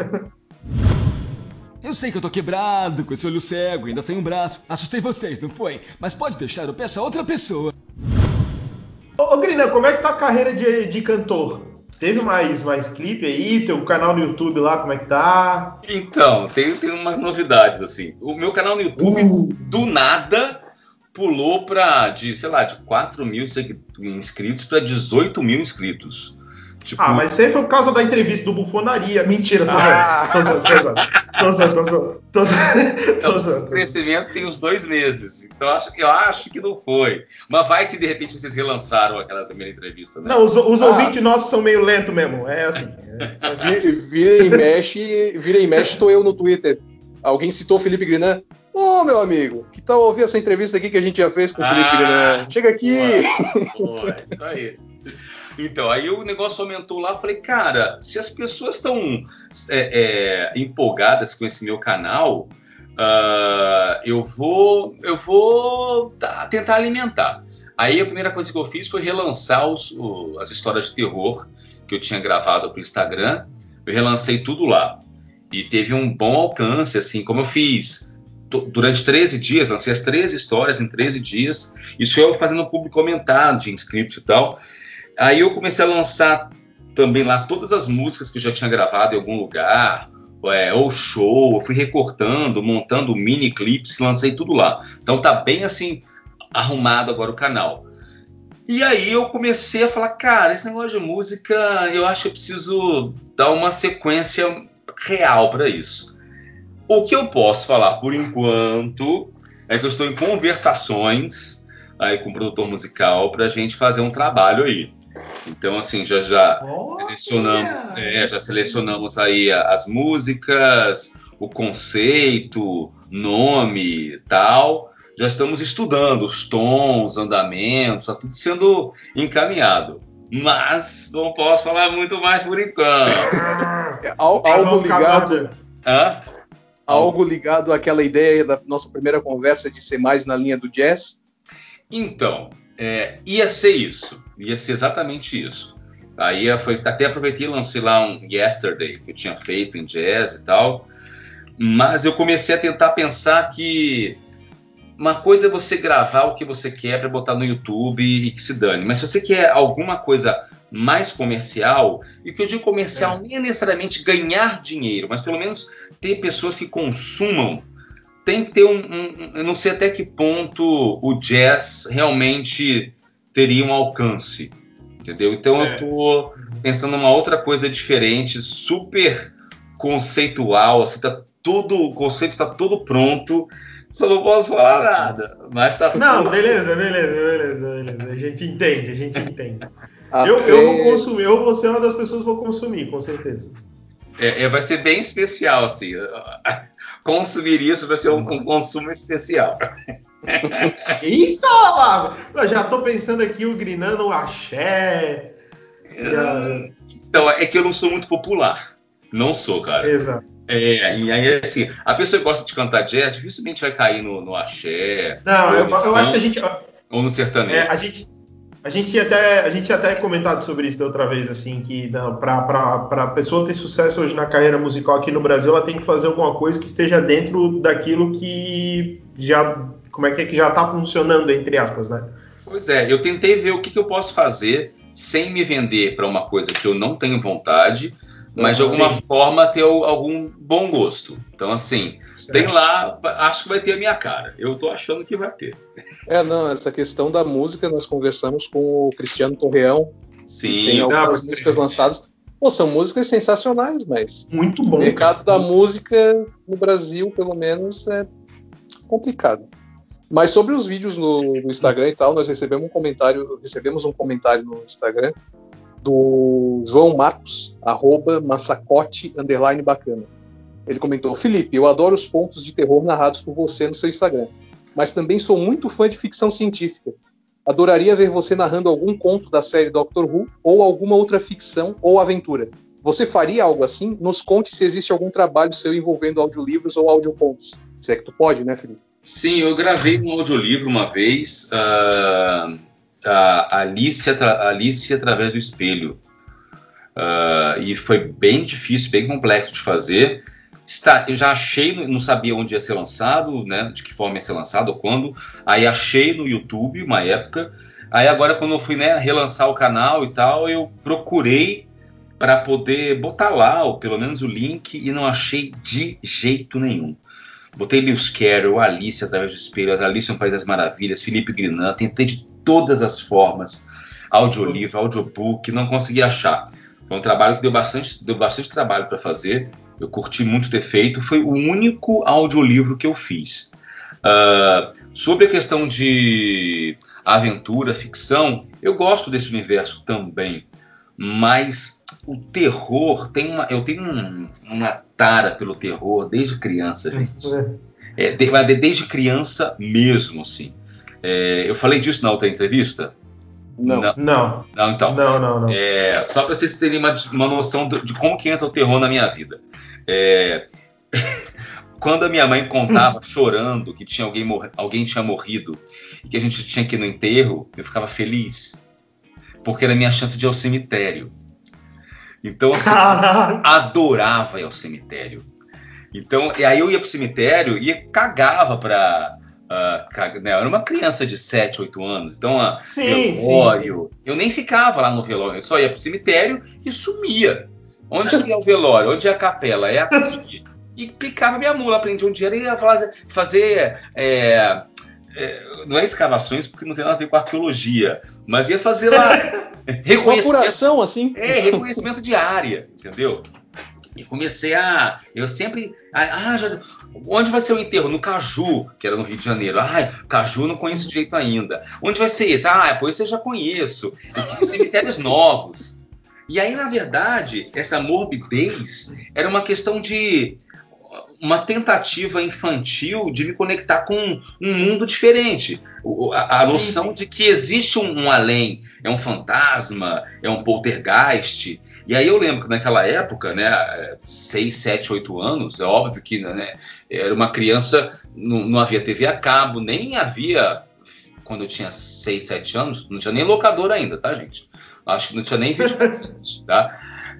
Eu sei que eu tô quebrado, com esse olho cego, ainda sem um braço. Assustei vocês, não foi? Mas pode deixar, eu peço a outra pessoa. Ô Grina, como é que tá a carreira de cantor? Teve mais clipe aí? Teu canal no YouTube lá, como é que tá? Então, tem umas novidades, assim. O meu canal no YouTube, do nada, pulou de 4 mil inscritos para 18 mil inscritos. Tipo... mas isso aí foi por causa da entrevista do Bufonaria. Mentira, tô zoando. O crescimento tem uns 2 meses. Então eu acho que não foi. Mas vai que de repente vocês relançaram aquela primeira entrevista, né? Não, os ouvintes nossos são meio lentos mesmo. É assim. Vira e mexe, tô eu no Twitter. Alguém citou Felipe Grinan. Ô, meu amigo, que tal ouvir essa entrevista aqui que a gente já fez com o Felipe Grinan? Chega aqui! Boa, isso aí. Então, aí o negócio aumentou lá, eu falei, cara, se as pessoas estão empolgadas com esse meu canal, eu vou tentar alimentar. Aí a primeira coisa que eu fiz foi relançar as histórias de terror que eu tinha gravado para o Instagram. Eu relancei tudo lá. E teve um bom alcance, assim, como eu fiz durante 13 dias, lancei as 13 histórias em 13 dias. Isso eu fazendo público aumentado de inscritos e tal. Aí eu comecei a lançar também lá todas as músicas que eu já tinha gravado em algum lugar, ou show, eu fui recortando, montando mini clipes, lancei tudo lá. Então tá bem assim, arrumado agora o canal. E aí eu comecei a falar, cara, esse negócio de música, eu acho que eu preciso dar uma sequência real para isso. O que eu posso falar por enquanto é que eu estou em conversações aí com o produtor musical para a gente fazer um trabalho aí. Então, assim, já selecionamos aí as músicas, o conceito, nome e tal. Já estamos estudando os tons, andamentos, está tudo sendo encaminhado. Mas não posso falar muito mais por enquanto. Algo ligado. Hã? Algo ligado àquela ideia da nossa primeira conversa de ser mais na linha do jazz? Então, ia ser isso. Ia ser exatamente isso. Aí até aproveitei e lancei lá um Yesterday que eu tinha feito em jazz e tal. Mas eu comecei a tentar pensar que uma coisa é você gravar o que você quer para botar no YouTube e que se dane. Mas se você quer alguma coisa mais comercial, e o que eu digo comercial nem é necessariamente ganhar dinheiro, mas pelo menos ter pessoas que consumam, tem que ter eu não sei até que ponto o jazz realmente teria um alcance, entendeu? Então eu tô pensando numa outra coisa diferente, super conceitual, assim, o conceito está todo pronto, só não posso falar nada, mas tá Não, beleza. A gente entende. Até... Eu vou consumir, eu vou ser uma das pessoas que vou consumir, com certeza. Vai ser bem especial, assim. Consumir isso vai ser um consumo especial. Eita, lá! Eu já tô pensando aqui o grinando o axé. Então, é que eu não sou muito popular. Não sou, cara. Exato. E aí, assim, a pessoa que gosta de cantar jazz dificilmente vai cair no axé. Não, eu acho que a gente... Ou no sertanejo. A gente tinha até comentado sobre isso da outra vez, assim, que para a pessoa ter sucesso hoje na carreira musical aqui no Brasil, ela tem que fazer alguma coisa que esteja dentro daquilo que já, que já está funcionando, entre aspas, né? Pois é, eu tentei ver o que eu posso fazer sem me vender para uma coisa que eu não tenho vontade, mas de alguma forma ter algum bom gosto. Então, assim, tem lá, acho que vai ter a minha cara. Eu tô achando que vai ter. Essa questão da música, nós conversamos com o Cristiano Torreão. Sim. Tem algumas músicas lançadas. São músicas sensacionais, mas muito bom, o mercado da música no Brasil, pelo menos, é complicado. Mas sobre os vídeos no Instagram e tal, nós recebemos um comentário no Instagram do João Marcos, @massacote_bacana. Ele comentou: Felipe, eu adoro os contos de terror narrados por você no seu Instagram, mas também sou muito fã de ficção científica. Adoraria ver você narrando algum conto da série Doctor Who ou alguma outra ficção ou aventura. Você faria algo assim? Nos conte se existe algum trabalho seu envolvendo audiolivros ou audiocontos. Se é que tu pode, né, Felipe? Sim, eu gravei um audiolivro uma vez, a Alice através do espelho. E foi bem difícil, bem complexo de fazer. Eu já achei, não sabia onde ia ser lançado, né, de que forma ia ser lançado ou quando. Aí achei no YouTube uma época. Aí agora quando eu fui, né, relançar o canal e tal, eu procurei para poder botar lá, ou pelo menos o link, e não achei de jeito nenhum. Botei Lewis Carroll, Alice através do espelho, Alice no País das Maravilhas, Felipe Grinan, tentei de todas as formas, audiolivro, audiobook, não consegui achar. Foi um trabalho que deu bastante trabalho para fazer, eu curti muito ter feito, foi o único audiolivro que eu fiz. Sobre a questão de aventura, ficção, eu gosto desse universo também, mas o terror, eu tenho uma tara pelo terror desde criança, gente. Desde criança mesmo, assim. Eu falei disso na outra entrevista? Não. Então. Não. Só para vocês terem uma noção de como que entra o terror na minha vida. Quando a minha mãe contava, chorando, que tinha alguém tinha morrido e que a gente tinha que ir no enterro, eu ficava feliz. Porque era a minha chance de ir ao cemitério. Então, assim, adorava ir ao cemitério. Então, e aí eu ia pro cemitério e cagava pra... né? Eu era uma criança de 7, 8 anos. Então, velório... Sim. Eu nem ficava lá no velório. Eu só ia pro cemitério e sumia. Onde é o velório? Onde é a capela? É aqui. E picava minha mula. Aprendi um dia e ia fazer... não é escavações, porque não tem nada a ver com arqueologia. Mas ia fazer lá... Uma apuração, assim? Reconhecimento de área, entendeu? E comecei eu sempre... onde vai ser o enterro? No Caju, que era no Rio de Janeiro. Caju não conheço de jeito ainda. Onde vai ser esse? Pois eu já conheço. Eu queria cemitérios novos. E aí, na verdade, essa morbidez era uma questão de... uma tentativa infantil de me conectar com um mundo diferente. A noção de que existe um além, é um fantasma, é um poltergeist. E aí eu lembro que naquela época, né, 6, 7, 8 anos, é óbvio que, né, era uma criança, não havia TV a cabo, nem havia, quando eu tinha 6, 7 anos, não tinha nem locador ainda, tá, gente? Acho que não tinha nem vídeo, tá?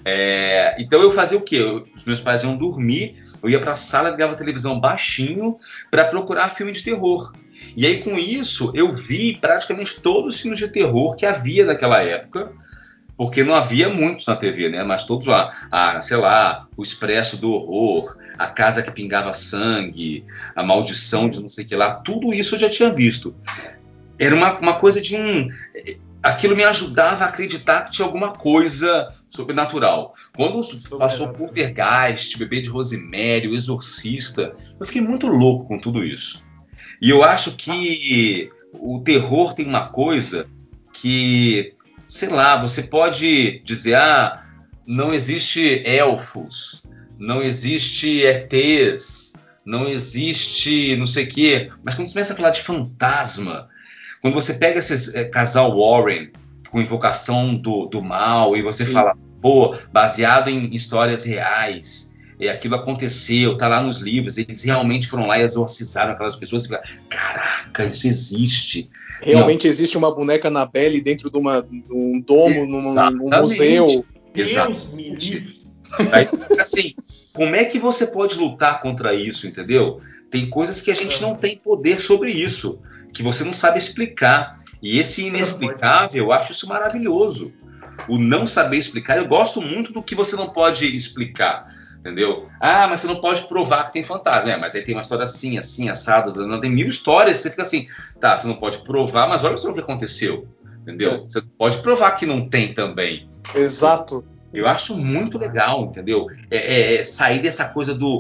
Então eu fazia o quê? Os meus pais iam dormir, eu ia para a sala, ligava a televisão baixinho para procurar filme de terror. E aí com isso eu vi praticamente todos os filmes de terror que havia naquela época, porque não havia muitos na TV, né? Mas todos lá, sei lá, O Expresso do Horror, A Casa que Pingava Sangue, A Maldição de não sei o que lá, tudo isso eu já tinha visto. Era uma coisa de aquilo me ajudava a acreditar que tinha alguma coisa sobrenatural. Quando passou Poltergeist, Bebê de Rosemary, O Exorcista, eu fiquei muito louco com tudo isso. E eu acho que o terror tem uma coisa que, sei lá, você pode dizer, não existe elfos, não existe ETs, não existe não sei o quê. Mas quando você começa a falar de fantasma, quando você pega esses casal Warren com Invocação do Mal e você fala, baseado em histórias reais, aquilo aconteceu, tá lá nos livros, eles realmente foram lá e exorcizaram aquelas pessoas, você fala, caraca, isso existe. Realmente existe uma boneca Annabelle dentro de um domo, num museu. Deus me livre. Aí, assim, como é que você pode lutar contra isso, entendeu? Tem coisas que a gente não tem poder sobre isso, que você não sabe explicar. E esse inexplicável, eu acho isso maravilhoso. O não saber explicar, eu gosto muito do que você não pode explicar, entendeu? Mas você não pode provar que tem fantasma, mas aí tem uma história assim, assim, assado, tem 1000 histórias, você fica assim, tá, você não pode provar, mas olha só o que aconteceu, entendeu? Você pode provar que não tem também. Exato. Eu acho muito legal, entendeu? Sair dessa coisa do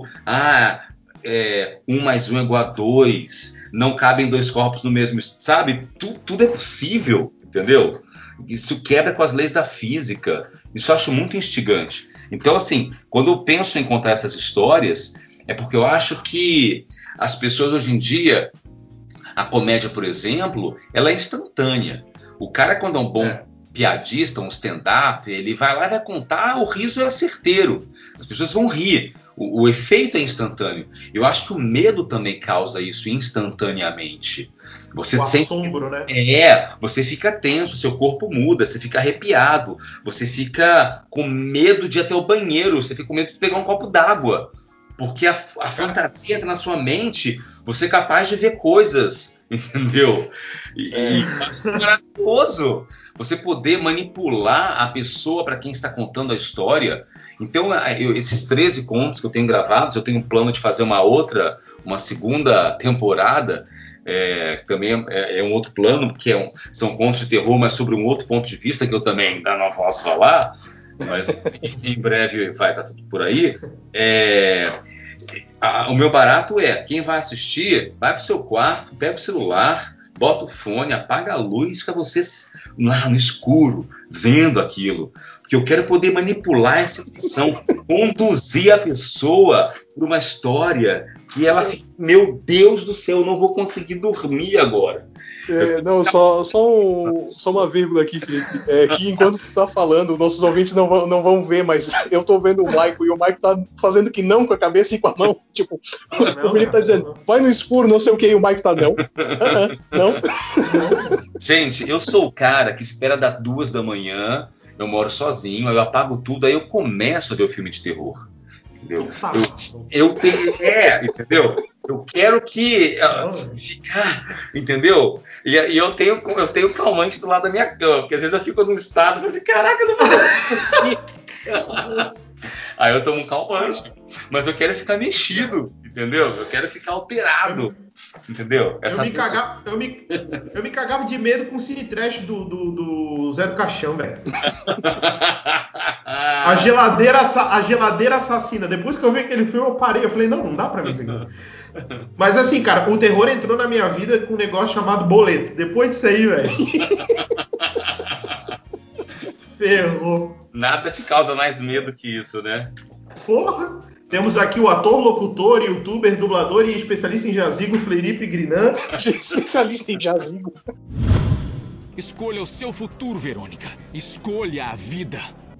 1 mais 1 é igual a 2, não cabem 2 corpos no mesmo, sabe? Tudo é possível, entendeu? Isso quebra com as leis da física. Isso eu acho muito instigante. Então, assim, quando eu penso em contar essas histórias, é porque eu acho que as pessoas hoje em dia, a comédia, por exemplo, ela é instantânea. O cara, quando é um bom piadista, um stand-up, ele vai lá e vai contar, o riso é certeiro. As pessoas vão rir. O efeito é instantâneo. Eu acho que o medo também causa isso instantaneamente. Você sente assombro, né? Você fica tenso, seu corpo muda, você fica arrepiado, você fica com medo de ir até o banheiro, você fica com medo de pegar um copo d'água. Porque a fantasia entra na sua mente, você é capaz de ver coisas, entendeu? E isso é maravilhoso. Você poder manipular a pessoa para quem está contando a história. Então, esses 13 contos que eu tenho gravados, eu tenho um plano de fazer uma segunda temporada, também é um outro plano, porque são contos de terror, mas sobre um outro ponto de vista, que eu também ainda não posso falar, mas em breve vai estar tudo por aí. O meu barato quem vai assistir, vai para o seu quarto, pega o celular, bota o fone, apaga a luz, fica você lá no escuro, vendo aquilo. Porque eu quero poder manipular essa emoção, conduzir a pessoa para uma história E ela fica, meu Deus do céu, eu não vou conseguir dormir agora. Não, só uma vírgula aqui, Felipe. Que enquanto tu tá falando, nossos ouvintes não vão ver, mas eu tô vendo o Maico e o Maico tá fazendo que não com a cabeça e com a mão. Tipo, o Felipe tá dizendo, vai no escuro, não sei o que, e o Maico tá, não. Não. Gente, eu sou o cara que espera das 2 da manhã, eu moro sozinho, aí eu apago tudo, aí eu começo a ver o filme de terror. Entendeu? Eu tenho. Entendeu? Eu quero que ficar, entendeu? E eu tenho calmante do lado da minha cama, porque às vezes eu fico num estado e falo assim, caraca, eu não vou dormir. Aí eu tomo um calmante. Mas eu quero ficar mexido, entendeu? Eu quero ficar alterado. Entendeu? Eu me cagava de medo com o Cine Trash do Zé do Caixão, velho. A geladeira assassina. Depois que eu vi aquele filme, eu parei. Eu falei, não dá pra mim isso aqui. Mas assim, cara, o terror entrou na minha vida com um negócio chamado boleto. Depois disso aí, velho. Ferrou. Nada te causa mais medo que isso, né? Porra! Temos aqui o ator, locutor, youtuber, dublador e especialista em jazigo, Felipe Grinan. Especialista em jazigo. Escolha o seu futuro, Verônica. Escolha a vida.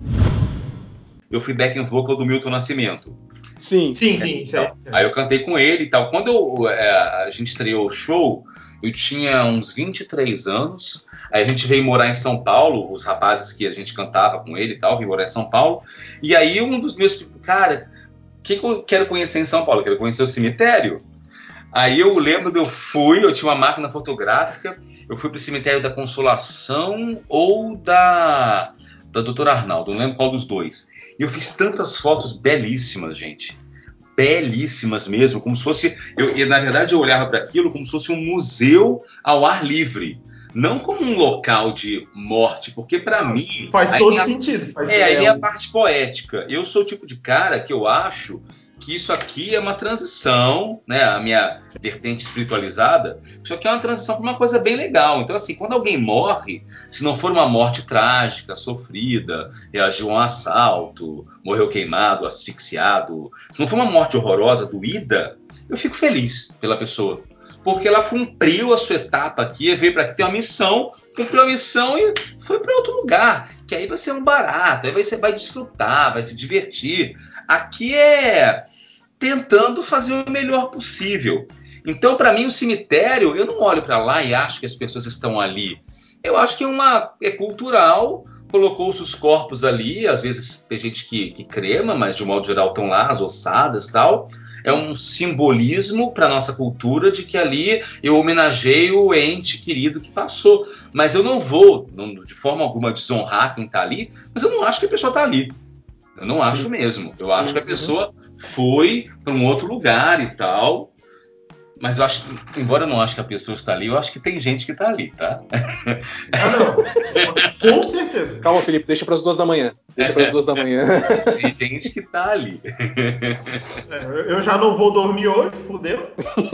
Eu fui backing vocal do Milton Nascimento. Sim. Então, aí eu cantei com ele e tal. Quando a gente estreou o show, eu tinha uns 23 anos. Aí a gente veio morar em São Paulo, os rapazes que a gente cantava com ele e tal, veio morar em São Paulo. E aí um dos meus... Cara, o que eu quero conhecer em São Paulo? Eu quero conhecer o cemitério. Aí eu lembro eu tinha uma máquina fotográfica, eu fui pro cemitério da Consolação ou da Doutora Arnaldo, não lembro qual dos dois. E eu fiz tantas fotos belíssimas, gente. Belíssimas mesmo, como se fosse... na verdade, eu olhava para aquilo como se fosse um museu ao ar livre. Não como um local de morte, porque para mim... Faz todo sentido. Aí é a parte poética. Eu sou o tipo de cara que eu acho que isso aqui é uma transição, né? A minha vertente espiritualizada, isso aqui é uma transição para uma coisa bem legal. Então, assim, quando alguém morre, se não for uma morte trágica, sofrida, reagiu a um assalto, morreu queimado, asfixiado, se não for uma morte horrorosa, doída, eu fico feliz pela pessoa. Porque ela cumpriu a sua etapa aqui, veio para aqui ter uma missão, cumpriu a missão e foi para outro lugar. Que aí vai ser um barato, aí você vai desfrutar, vai se divertir. Aqui é tentando fazer o melhor possível. Então, para mim, o cemitério, eu não olho para lá e acho que as pessoas estão ali. Eu acho que é cultural, colocou-se os corpos ali, às vezes tem gente que crema, mas de um modo geral estão lá, as ossadas e tal. É um simbolismo para a nossa cultura de que ali eu homenageio o ente querido que passou. Mas eu não vou, de forma alguma, desonrar quem está ali, mas eu não acho que a pessoa está ali. Eu não acho mesmo. Eu acho que a pessoa foi para um outro lugar e tal. Mas eu acho que, embora eu não acho que a pessoa está ali, eu acho que tem gente que está ali, tá? Não. Com certeza. Calma, Felipe, deixa para as 2 da manhã. Tem gente que está ali. Eu já não vou dormir hoje, fudeu.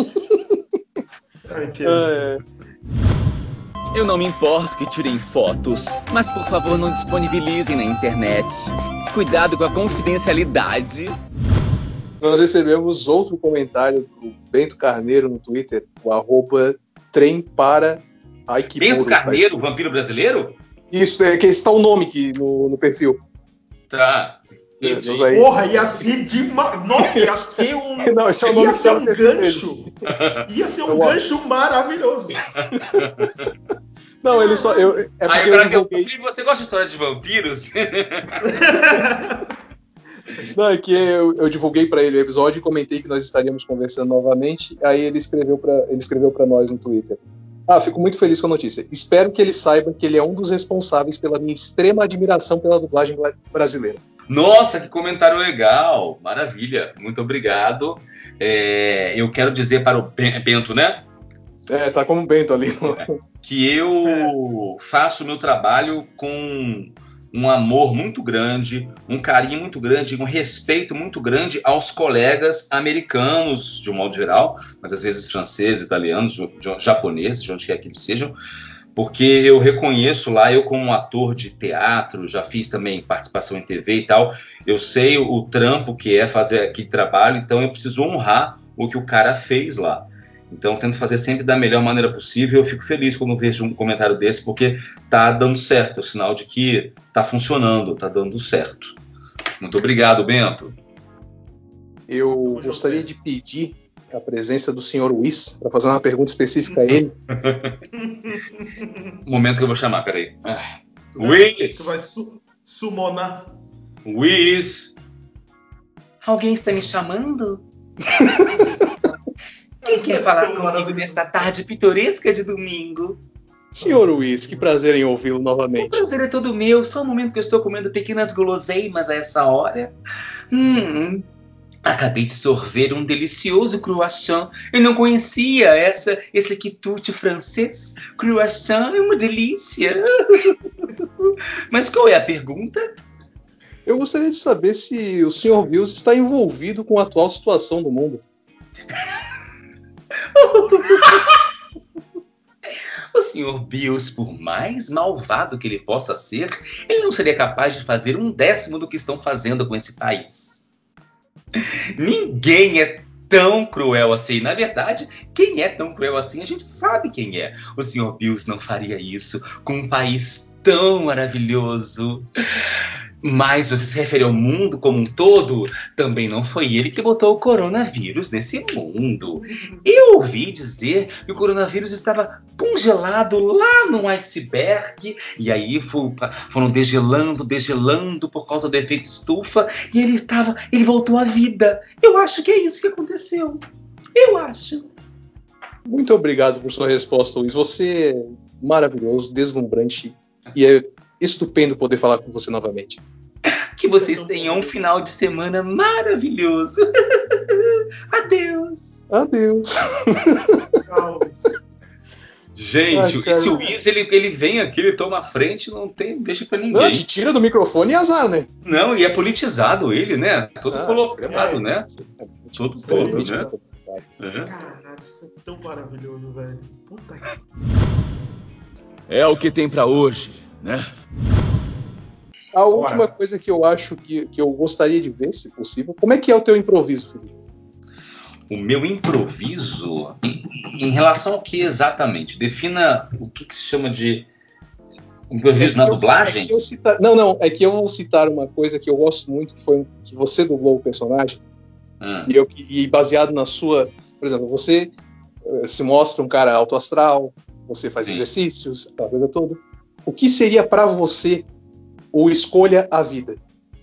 Eu não me importo que tirem fotos, mas por favor não disponibilizem na internet. Cuidado com a confidencialidade. Nós recebemos outro comentário do Bento Carneiro no Twitter, o @trempara. Bento Carneiro, o vampiro brasileiro? Isso, que esse tá o nome aqui no perfil. Tá. Porra, ia ser demais. Nossa, ia ser um. Não, esse é o nome ia ser um gancho. Ia ser um gancho maravilhoso. Não, ele só. Porque eu divulguei. Você gosta de história de vampiros? Não, é que eu divulguei para ele o episódio e comentei que nós estaríamos conversando novamente. Aí ele escreveu para nós no Twitter. Fico muito feliz com a notícia. Espero que ele saiba que ele é um dos responsáveis pela minha extrema admiração pela dublagem brasileira. Nossa, que comentário legal! Maravilha, muito obrigado. Eu quero dizer para o Bento, né? Tá como Bento ali. Que eu faço o meu trabalho com um amor muito grande, um carinho muito grande, um respeito muito grande aos colegas americanos, de um modo geral, mas às vezes franceses, italianos, japoneses, de onde quer que eles sejam, porque eu reconheço lá, eu como ator de teatro, já fiz também participação em TV e tal, eu sei o trampo que é fazer aquele trabalho, então eu preciso honrar o que o cara fez lá. Então, tento fazer sempre da melhor maneira possível. Eu fico feliz quando vejo um comentário desse, porque tá dando certo. É o sinal de que tá funcionando, tá dando certo. Muito obrigado, Bento. Eu gostaria de pedir a presença do Sr. Wyss para fazer uma pergunta específica a ele. Momento que eu vou chamar, peraí. Tu vai summonar. Wyss! Alguém está me chamando? Quem quer falar comigo nesta tarde pitoresca de domingo? Sr. Wyss, que prazer em ouvi-lo O novamente. prazer é todo meu, só um momento que eu estou comendo pequenas guloseimas a essa hora. Acabei de sorver um delicioso croissant. Eu não conhecia esse quitute francês. Croissant é uma delícia. Mas qual é a pergunta? Eu gostaria de saber se o Sr. Bills está envolvido com a atual situação do mundo. O Sr. Bills, por mais malvado que ele possa ser, ele não seria capaz de fazer 1/10 do que estão fazendo com esse país. Ninguém é tão cruel assim. Na verdade, quem é tão cruel assim, a gente sabe quem é. O Sr. Bills não faria isso com um país tão maravilhoso. Mas você se refere ao mundo como um todo? Também não foi ele que botou o coronavírus nesse mundo. Eu ouvi dizer que o coronavírus estava congelado lá no iceberg, e aí foram degelando por conta do efeito estufa, e ele voltou à vida. Eu acho que é isso que aconteceu. Eu acho. Muito obrigado por sua resposta, Luiz. Você é maravilhoso, deslumbrante, e é estupendo poder falar com você novamente. Que vocês tenham um final de semana maravilhoso. Adeus. Adeus. Gente, esse Wyss, ele vem aqui, ele toma a frente, não deixa pra ninguém. Não, te tira do microfone e azar, né? Não, e é politizado ele, né? Todo colocado, né? Todo, né? Caralho, isso é tão maravilhoso, velho. Puta que... É o que tem pra hoje, né? A última coisa que eu acho que eu gostaria de ver, se possível, como é que é o teu improviso, Felipe? O meu improviso? Em relação ao que exatamente? Defina o que se chama de improviso na dublagem? É que eu vou citar uma coisa que eu gosto muito, que foi que você dublou o personagem, e baseado na sua... Por exemplo, você se mostra um cara alto astral, você faz exercícios, aquela coisa toda. O que seria pra você o Escolha a Vida?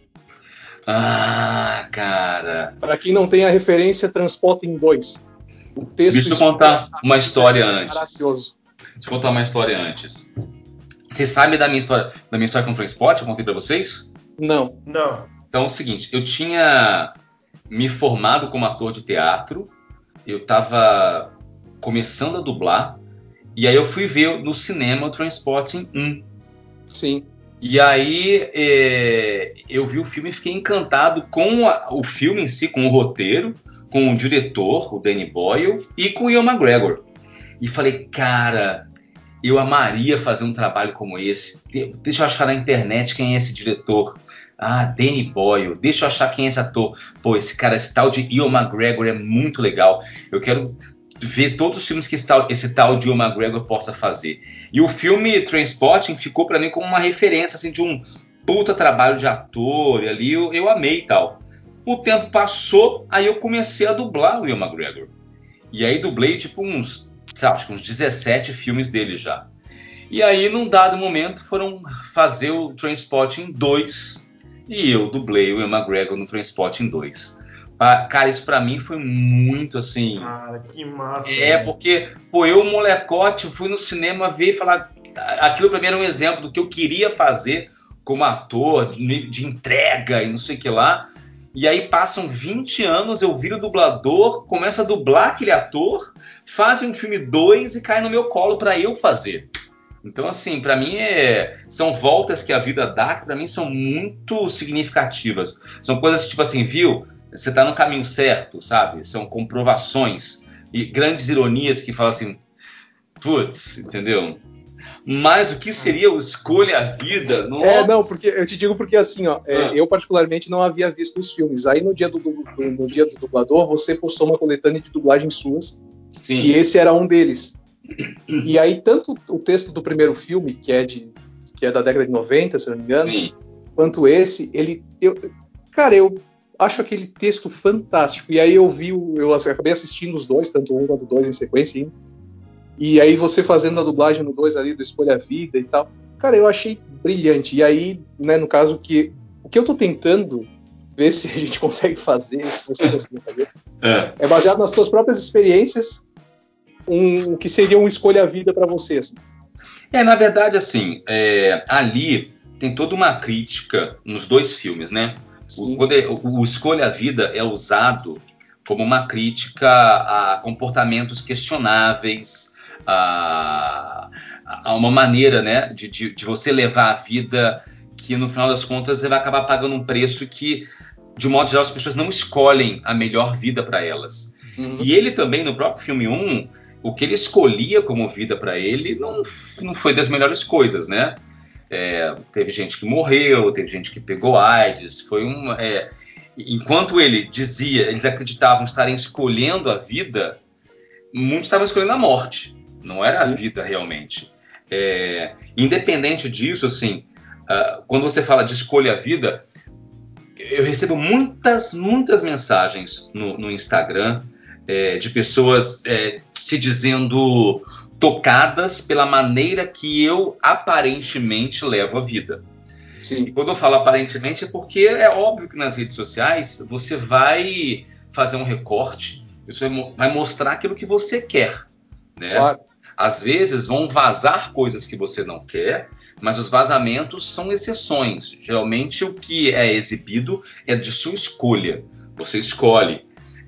Ah, cara. Para quem não tem a referência, Transporting 2. O texto. Deixa eu contar uma história antes. Maravilhoso. Deixa eu contar uma história antes. Vocês sabem da minha história com o Transport? Eu contei pra vocês? Não. Então é o seguinte, eu tinha me formado como ator de teatro, eu tava começando a dublar, e aí eu fui ver no cinema o Transporting 1. Sim. E aí eu vi o filme e fiquei encantado com o filme em si, com o roteiro, com o diretor, o Danny Boyle, e com o Ewan McGregor. E falei, cara, eu amaria fazer um trabalho como esse. Deixa eu achar na internet quem é esse diretor. Ah, Danny Boyle. Deixa eu achar quem é esse ator. Pô, esse tal de Ewan McGregor é muito legal. Eu quero ver todos os filmes que esse tal de Ewan McGregor possa fazer. E o filme Transporting ficou pra mim como uma referência assim, de um puta trabalho de ator. E ali eu amei e tal. O tempo passou, aí eu comecei a dublar o Ewan McGregor. E aí dublei tipo uns 17 filmes dele já. E aí, num dado momento, foram fazer o Transporting 2 e eu dublei o Ewan McGregor no Transporting 2. Cara, isso pra mim foi muito assim... Cara, que massa. Porque, eu, molecote, fui no cinema ver e falar... Aquilo pra mim era um exemplo do que eu queria fazer como ator, de entrega e não sei o que lá. E aí passam 20 anos, eu viro dublador, começo a dublar aquele ator, fazem um filme 2 e cai no meu colo pra eu fazer. Então, assim, pra mim são voltas que a vida dá, que pra mim são muito significativas. São coisas tipo assim, viu? Você tá no caminho certo, sabe? São comprovações e grandes ironias que falam assim, putz, entendeu? Mas o que seria o Escolha a Vida? Nossa. Não, porque eu te digo porque assim, ó, eu particularmente não havia visto os filmes. Aí no dia do dublador, você postou uma coletânea de dublagens suas. Sim. E esse era um deles. E aí, tanto o texto do primeiro filme, que é da década de 90, se eu não me engano, Sim. quanto esse, eu acho aquele texto fantástico. E aí eu acabei assistindo os dois, tanto um quanto o dois em sequência, hein? E aí você fazendo a dublagem no 2 ali, do Escolha a Vida e tal. Cara, eu achei brilhante. E aí, né, no caso, o que eu tô tentando ver se a gente consegue fazer, se você conseguir fazer, é baseado nas suas próprias experiências, o que seria um Escolha a Vida para você, assim. Na verdade, assim, ali tem toda uma crítica nos dois filmes, né? O Escolha a Vida é usado como uma crítica a comportamentos questionáveis, a uma maneira, né, de você levar a vida que, no final das contas, você vai acabar pagando um preço que, de modo geral, as pessoas não escolhem a melhor vida para elas. Uhum. E ele também, no próprio filme 1, o que ele escolhia como vida para ele não foi das melhores coisas, né? Teve gente que morreu, teve gente que pegou AIDS, enquanto eles acreditavam estarem escolhendo a vida, muitos estavam escolhendo a morte, não era a vida realmente. Independente disso, assim, quando você fala de escolha a vida, eu recebo muitas mensagens no Instagram de pessoas se dizendo tocadas pela maneira que eu aparentemente levo a vida. Sim. E quando eu falo aparentemente é porque é óbvio que nas redes sociais você vai fazer um recorte, isso vai mostrar aquilo que você quer, né? Claro. Às vezes vão vazar coisas que você não quer, mas os vazamentos são exceções. Geralmente o que é exibido é de sua escolha. Você escolhe.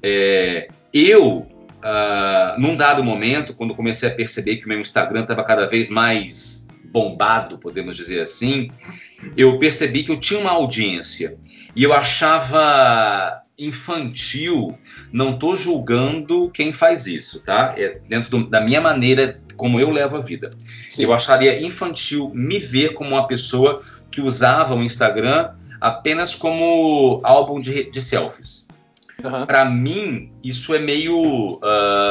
Num dado momento, quando comecei a perceber que o meu Instagram estava cada vez mais bombado, podemos dizer assim, eu percebi que eu tinha uma audiência e eu achava infantil, não estou julgando quem faz isso, tá? Dentro da minha maneira como eu levo a vida. Sim. Eu acharia infantil me ver como uma pessoa que usava o Instagram apenas como álbum de selfies. Uhum. Para mim, isso é meio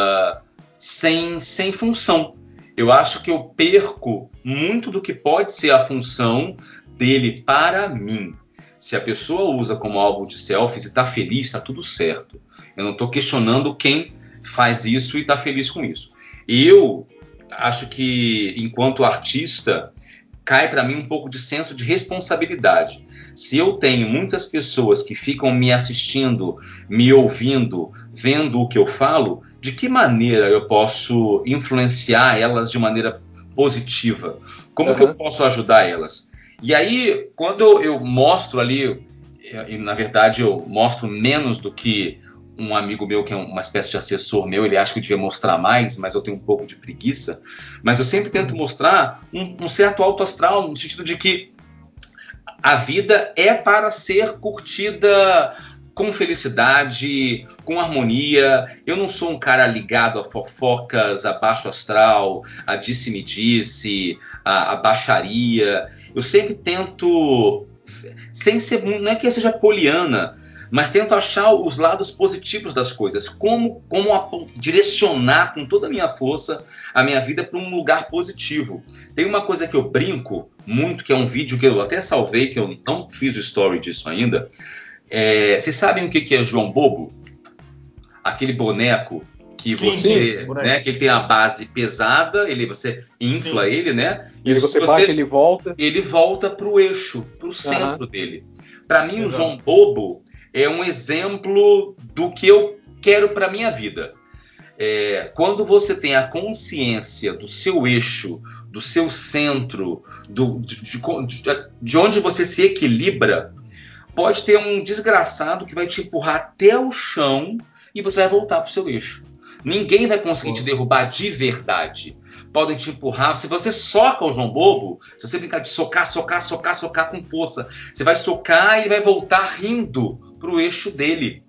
sem função. Eu acho que eu perco muito do que pode ser a função dele para mim. Se a pessoa usa como álbum de selfies e está feliz, está tudo certo. Eu não estou questionando quem faz isso e está feliz com isso. Eu acho que, enquanto artista, cai para mim um pouco de senso de responsabilidade. Se eu tenho muitas pessoas que ficam me assistindo, me ouvindo, vendo o que eu falo, de que maneira eu posso influenciar elas de maneira positiva? Como que eu posso ajudar elas? E aí, quando eu mostro ali, e na verdade eu mostro menos do que um amigo meu, que é uma espécie de assessor meu, ele acha que eu devia mostrar mais, mas eu tenho um pouco de preguiça. Mas eu sempre tento mostrar um certo alto astral, no sentido de que a vida é para ser curtida com felicidade, com harmonia. Eu não sou um cara ligado a fofocas, a baixo astral, a disse-me-disse, a baixaria. Eu sempre tento, sem ser, não é que eu seja poliana, mas tento achar os lados positivos das coisas, como direcionar com toda a minha força a minha vida para um lugar positivo. Tem uma coisa que eu brinco muito, que é um vídeo que eu até salvei, que eu não fiz o story disso ainda. Vocês sabem o que é João Bobo? Aquele boneco que você, né, que ele tem a base pesada, você infla ele, né? E você bate, ele volta. Ele volta para o eixo, para o centro dele. Para mim, o João Bobo é um exemplo do que eu quero para minha vida. Quando você tem a consciência do seu eixo, do seu centro, de onde você se equilibra, pode ter um desgraçado que vai te empurrar até o chão e você vai voltar para o seu eixo. Ninguém vai conseguir te derrubar de verdade. Podem te empurrar. Se você soca o João Bobo, se você brincar de socar com força, você vai socar e vai voltar rindo para o eixo dele.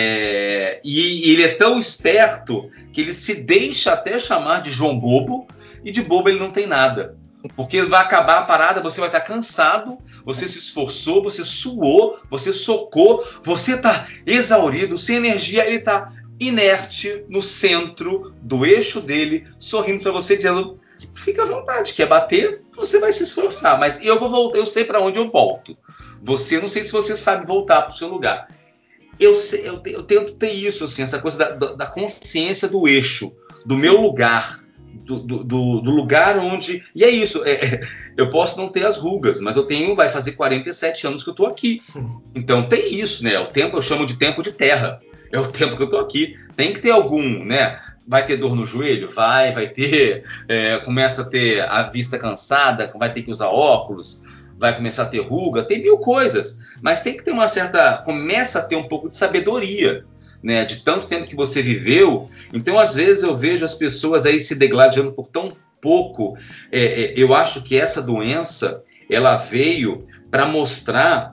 E ele é tão esperto que ele se deixa até chamar de João Bobo e de bobo ele não tem nada. Porque vai acabar a parada, você vai estar cansado, você se esforçou, você suou, você socou, você está exaurido, sem energia, ele está inerte no centro do eixo dele, sorrindo para você, dizendo: fica à vontade, quer bater, você vai se esforçar, mas eu vou voltar, eu sei para onde eu volto. Você, não sei se você sabe voltar para o seu lugar. Eu tento ter isso, assim, essa coisa da consciência do eixo, do meu lugar, do lugar onde... E é isso, eu posso não ter as rugas, mas vai fazer 47 anos que eu tô aqui. Então tem isso, né? O tempo eu chamo de tempo de terra. É o tempo que eu tô aqui. Tem que ter algum, né? Vai ter dor no joelho? Vai ter... começa a ter a vista cansada, vai ter que usar óculos, vai começar a ter ruga, tem mil coisas. Mas tem que ter uma certa... Começa a ter um pouco de sabedoria, né, de tanto tempo que você viveu. Então, às vezes, eu vejo as pessoas aí se degladiando por tão pouco. Eu acho que essa doença, ela veio para mostrar,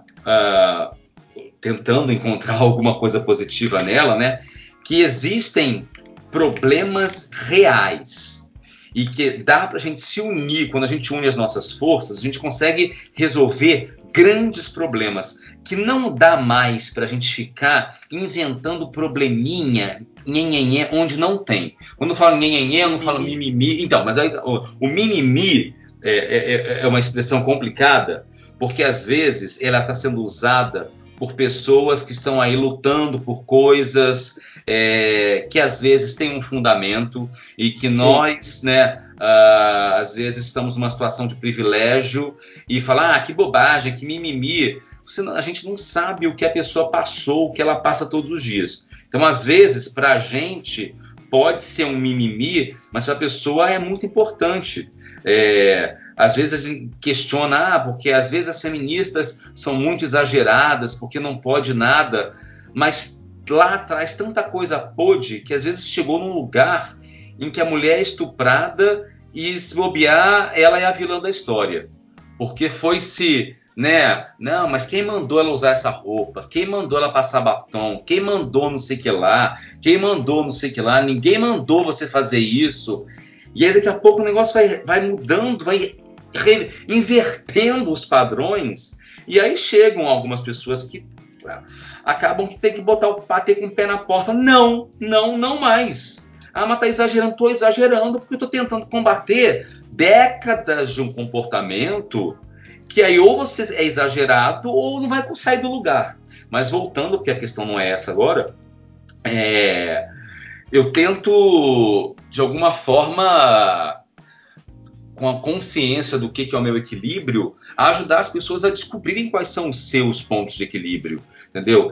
tentando encontrar alguma coisa positiva nela, né, que existem problemas reais e que dá para a gente se unir. Quando a gente une as nossas forças, a gente consegue resolver grandes problemas, que não dá mais para a gente ficar inventando probleminha, nhenhenhé, onde não tem. Quando eu falo nhenhenhé, eu não falo mimimi. Então, mas aí, o mimimi é uma expressão complicada, porque às vezes ela está sendo usada por pessoas que estão aí lutando por coisas que às vezes têm um fundamento e que nós, né, às vezes estamos numa situação de privilégio e falar, que bobagem, que mimimi. A gente não sabe o que a pessoa passou, o que ela passa todos os dias. Então, às vezes, para a gente pode ser um mimimi, mas para a pessoa é muito importante. Às vezes a gente questiona, porque às vezes as feministas são muito exageradas, porque não pode nada, mas lá atrás tanta coisa pôde, que às vezes chegou num lugar em que a mulher é estuprada e, se bobear, ela é a vilã da história. Porque foi-se, né? Não, mas quem mandou ela usar essa roupa? Quem mandou ela passar batom? Quem mandou não sei o que lá? Quem mandou não sei o que lá? Ninguém mandou você fazer isso. E aí daqui a pouco o negócio vai mudando, vai invertendo os padrões. E aí chegam algumas pessoas que acabam que tem que bater com o pé na porta. Não mais. Mas tá exagerando. Tô exagerando porque eu tô tentando combater décadas de um comportamento que aí ou você é exagerado ou não vai sair do lugar. Mas voltando, porque a questão não é essa agora, eu tento, de alguma forma, com a consciência do que é o meu equilíbrio, ajudar as pessoas a descobrirem quais são os seus pontos de equilíbrio, entendeu?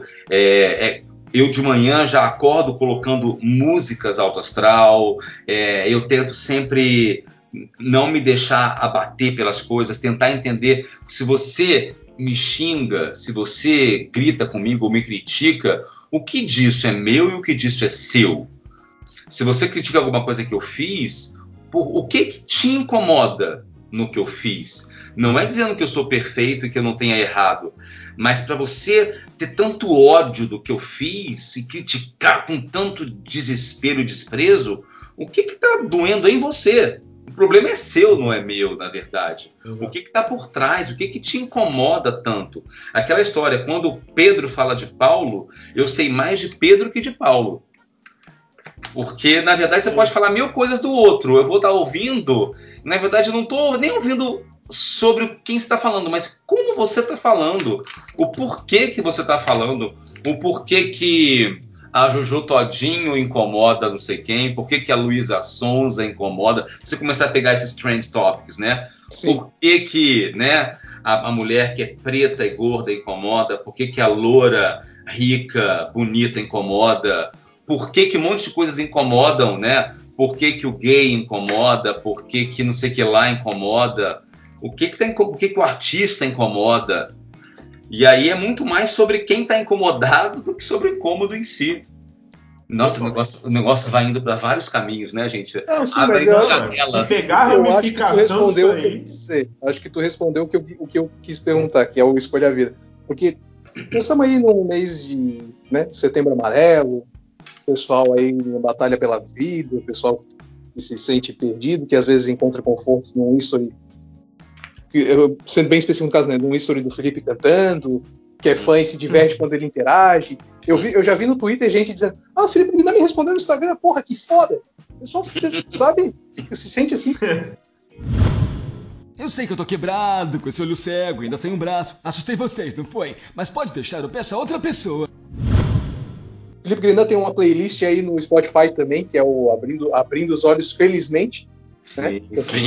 Eu de manhã já acordo colocando músicas alto astral, eu tento sempre não me deixar abater pelas coisas, tentar entender se você me xinga, se você grita comigo ou me critica, o que disso é meu e o que disso é seu? Se você critica alguma coisa que eu fiz, o que te incomoda no que eu fiz? Não é dizendo que eu sou perfeito e que eu não tenha errado, mas para você ter tanto ódio do que eu fiz e criticar com tanto desespero e desprezo, o que está doendo em você? O problema é seu, não é meu, na verdade. Exato. O que está por trás? O que te incomoda tanto? Aquela história, quando Pedro fala de Paulo, eu sei mais de Pedro que de Paulo. Porque, na verdade, você pode falar mil coisas do outro. Eu vou estar ouvindo. Na verdade, eu não estou nem ouvindo sobre quem está falando, mas como você está falando. O porquê que você está falando. O porquê que a Jojo Todinho incomoda não sei quem. Porquê que a Luísa Sonza incomoda. Você começar a pegar esses trend topics, né? Sim. Por que né, a mulher que é preta e gorda incomoda? Por que a loura, rica, bonita incomoda? Por que um monte de coisas incomodam, né? Por que o gay incomoda? Por que não sei o que lá incomoda? O que o artista incomoda? E aí é muito mais sobre quem está incomodado do que sobre o incômodo em si. Nossa, o negócio vai indo para vários caminhos, né, gente? Não, sim, mas se pegar a ramificação disso aí... Acho que tu respondeu o que eu quis perguntar, que é o Escolha a Vida. Porque nós estamos aí no mês de Setembro Amarelo, pessoal aí na batalha pela vida, pessoal que se sente perdido, que às vezes encontra conforto num history, sendo bem específico no caso, né, num history do Felipe cantando, que é fã e se diverte quando ele interage. Eu já vi no Twitter gente dizendo: o Felipe ainda me respondeu no Instagram, porra, que foda. O pessoal fica, sabe, se sente assim. Eu sei que eu tô quebrado, com esse olho cego, ainda sem um braço. Assustei vocês, não foi? Mas pode deixar, eu peço a outra pessoa. Felipe Grindan tem uma playlist aí no Spotify também, que é o Abrindo os Olhos Felizmente. Sim, né? sim.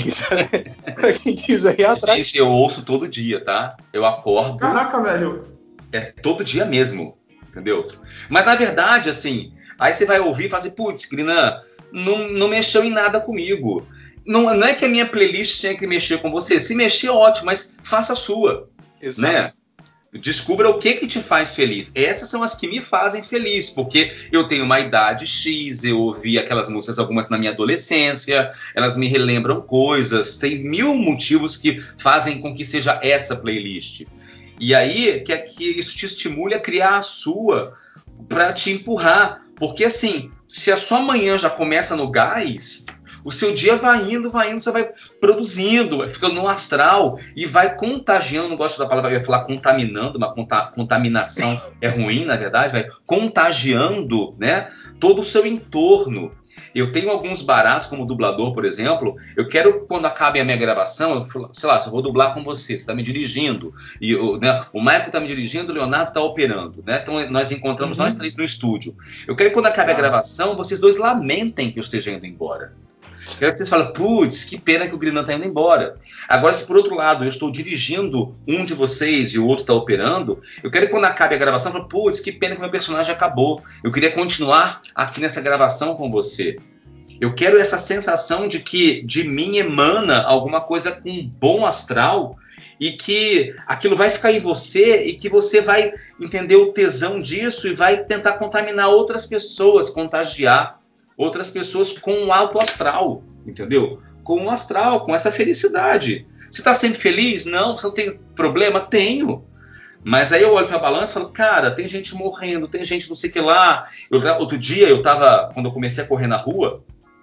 Pra quem quiser ir atrás. Gente, eu ouço todo dia, tá? Eu acordo. Caraca, velho. É todo dia mesmo, entendeu? Mas na verdade, assim, aí você vai ouvir e fala assim, putz, Grindan, não mexeu em nada comigo. Não é que a minha playlist tenha que mexer com você. Se mexer, ótimo, mas faça a sua. Exato. Né? Descubra o que te faz feliz. Essas são as que me fazem feliz, porque eu tenho uma idade X, eu ouvi aquelas músicas, algumas na minha adolescência, elas me relembram coisas, tem 1000 motivos que fazem com que seja essa playlist. E aí, que isso te estimule a criar a sua, para te empurrar. Porque assim, se a sua manhã já começa no gás, o seu dia vai indo, você vai produzindo, vai ficando no astral e vai contagiando, não gosto da palavra, eu ia falar contaminando, mas contaminação é ruim, na verdade, vai contagiando, né, todo o seu entorno. Eu tenho alguns baratos, como dublador, por exemplo, eu quero, quando acabe a minha gravação, eu falo, sei lá, eu vou dublar com você está me dirigindo, e né, o Michael está me dirigindo, o Leonardo está operando, né, então nós encontramos nós três no estúdio. Eu quero que quando acabe a gravação, vocês dois lamentem que eu esteja indo embora. Quero que vocês falem, putz, que pena que o Grindan está indo embora. Agora, se por outro lado eu estou dirigindo um de vocês e o outro está operando, eu quero que quando acabe a gravação, eu fale, putz, que pena que meu personagem acabou. Eu queria continuar aqui nessa gravação com você. Eu quero essa sensação de que de mim emana alguma coisa com bom astral e que aquilo vai ficar em você e que você vai entender o tesão disso e vai tentar contaminar outras pessoas, contagiar outras pessoas com o alto astral, entendeu? Com o astral, com essa felicidade. Você está sempre feliz? Não. Você não tem problema? Tenho. Mas aí eu olho para a balança e falo, cara, tem gente morrendo, tem gente não sei o que lá. Outro dia eu estava, quando eu comecei a correr na rua,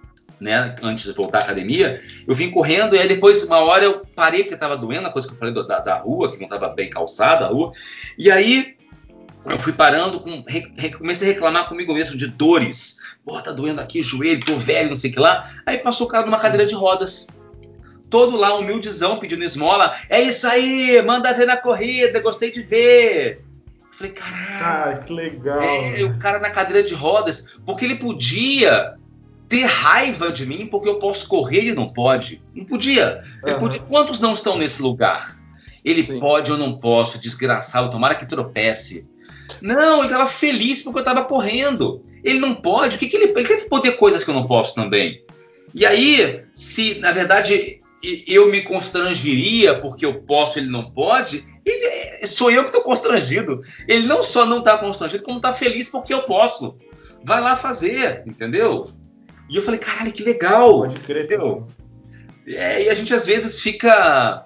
né, antes de voltar à academia, eu vim correndo e aí depois, uma hora eu parei porque estava doendo, a coisa que eu falei da rua, que não estava bem calçada a rua, e aí eu fui parando, comecei a reclamar comigo mesmo de dores. Pô, tá doendo aqui, joelho, tô velho, não sei o que lá. Aí passou o cara numa cadeira de rodas. Todo lá, humildezão, pedindo esmola. É isso aí, manda ver na corrida, gostei de ver. Eu falei, caralho. Cara, que legal. O cara na cadeira de rodas. Porque ele podia ter raiva de mim porque eu posso correr e ele não pode. Não podia. Ele podia. Quantos não estão nesse lugar? Ele Sim. pode, eu não posso, desgraçado, tomara que tropece. Não, ele estava feliz porque eu estava correndo. Ele não pode. Ele deve poder coisas que eu não posso também. E aí, se na verdade eu me constrangiria porque eu posso, ele não pode, sou eu que estou constrangido. Ele não só não está constrangido, como está feliz porque eu posso. Vai lá fazer, entendeu? E eu falei, caralho, que legal. Pode crer, entendeu? E a gente às vezes fica...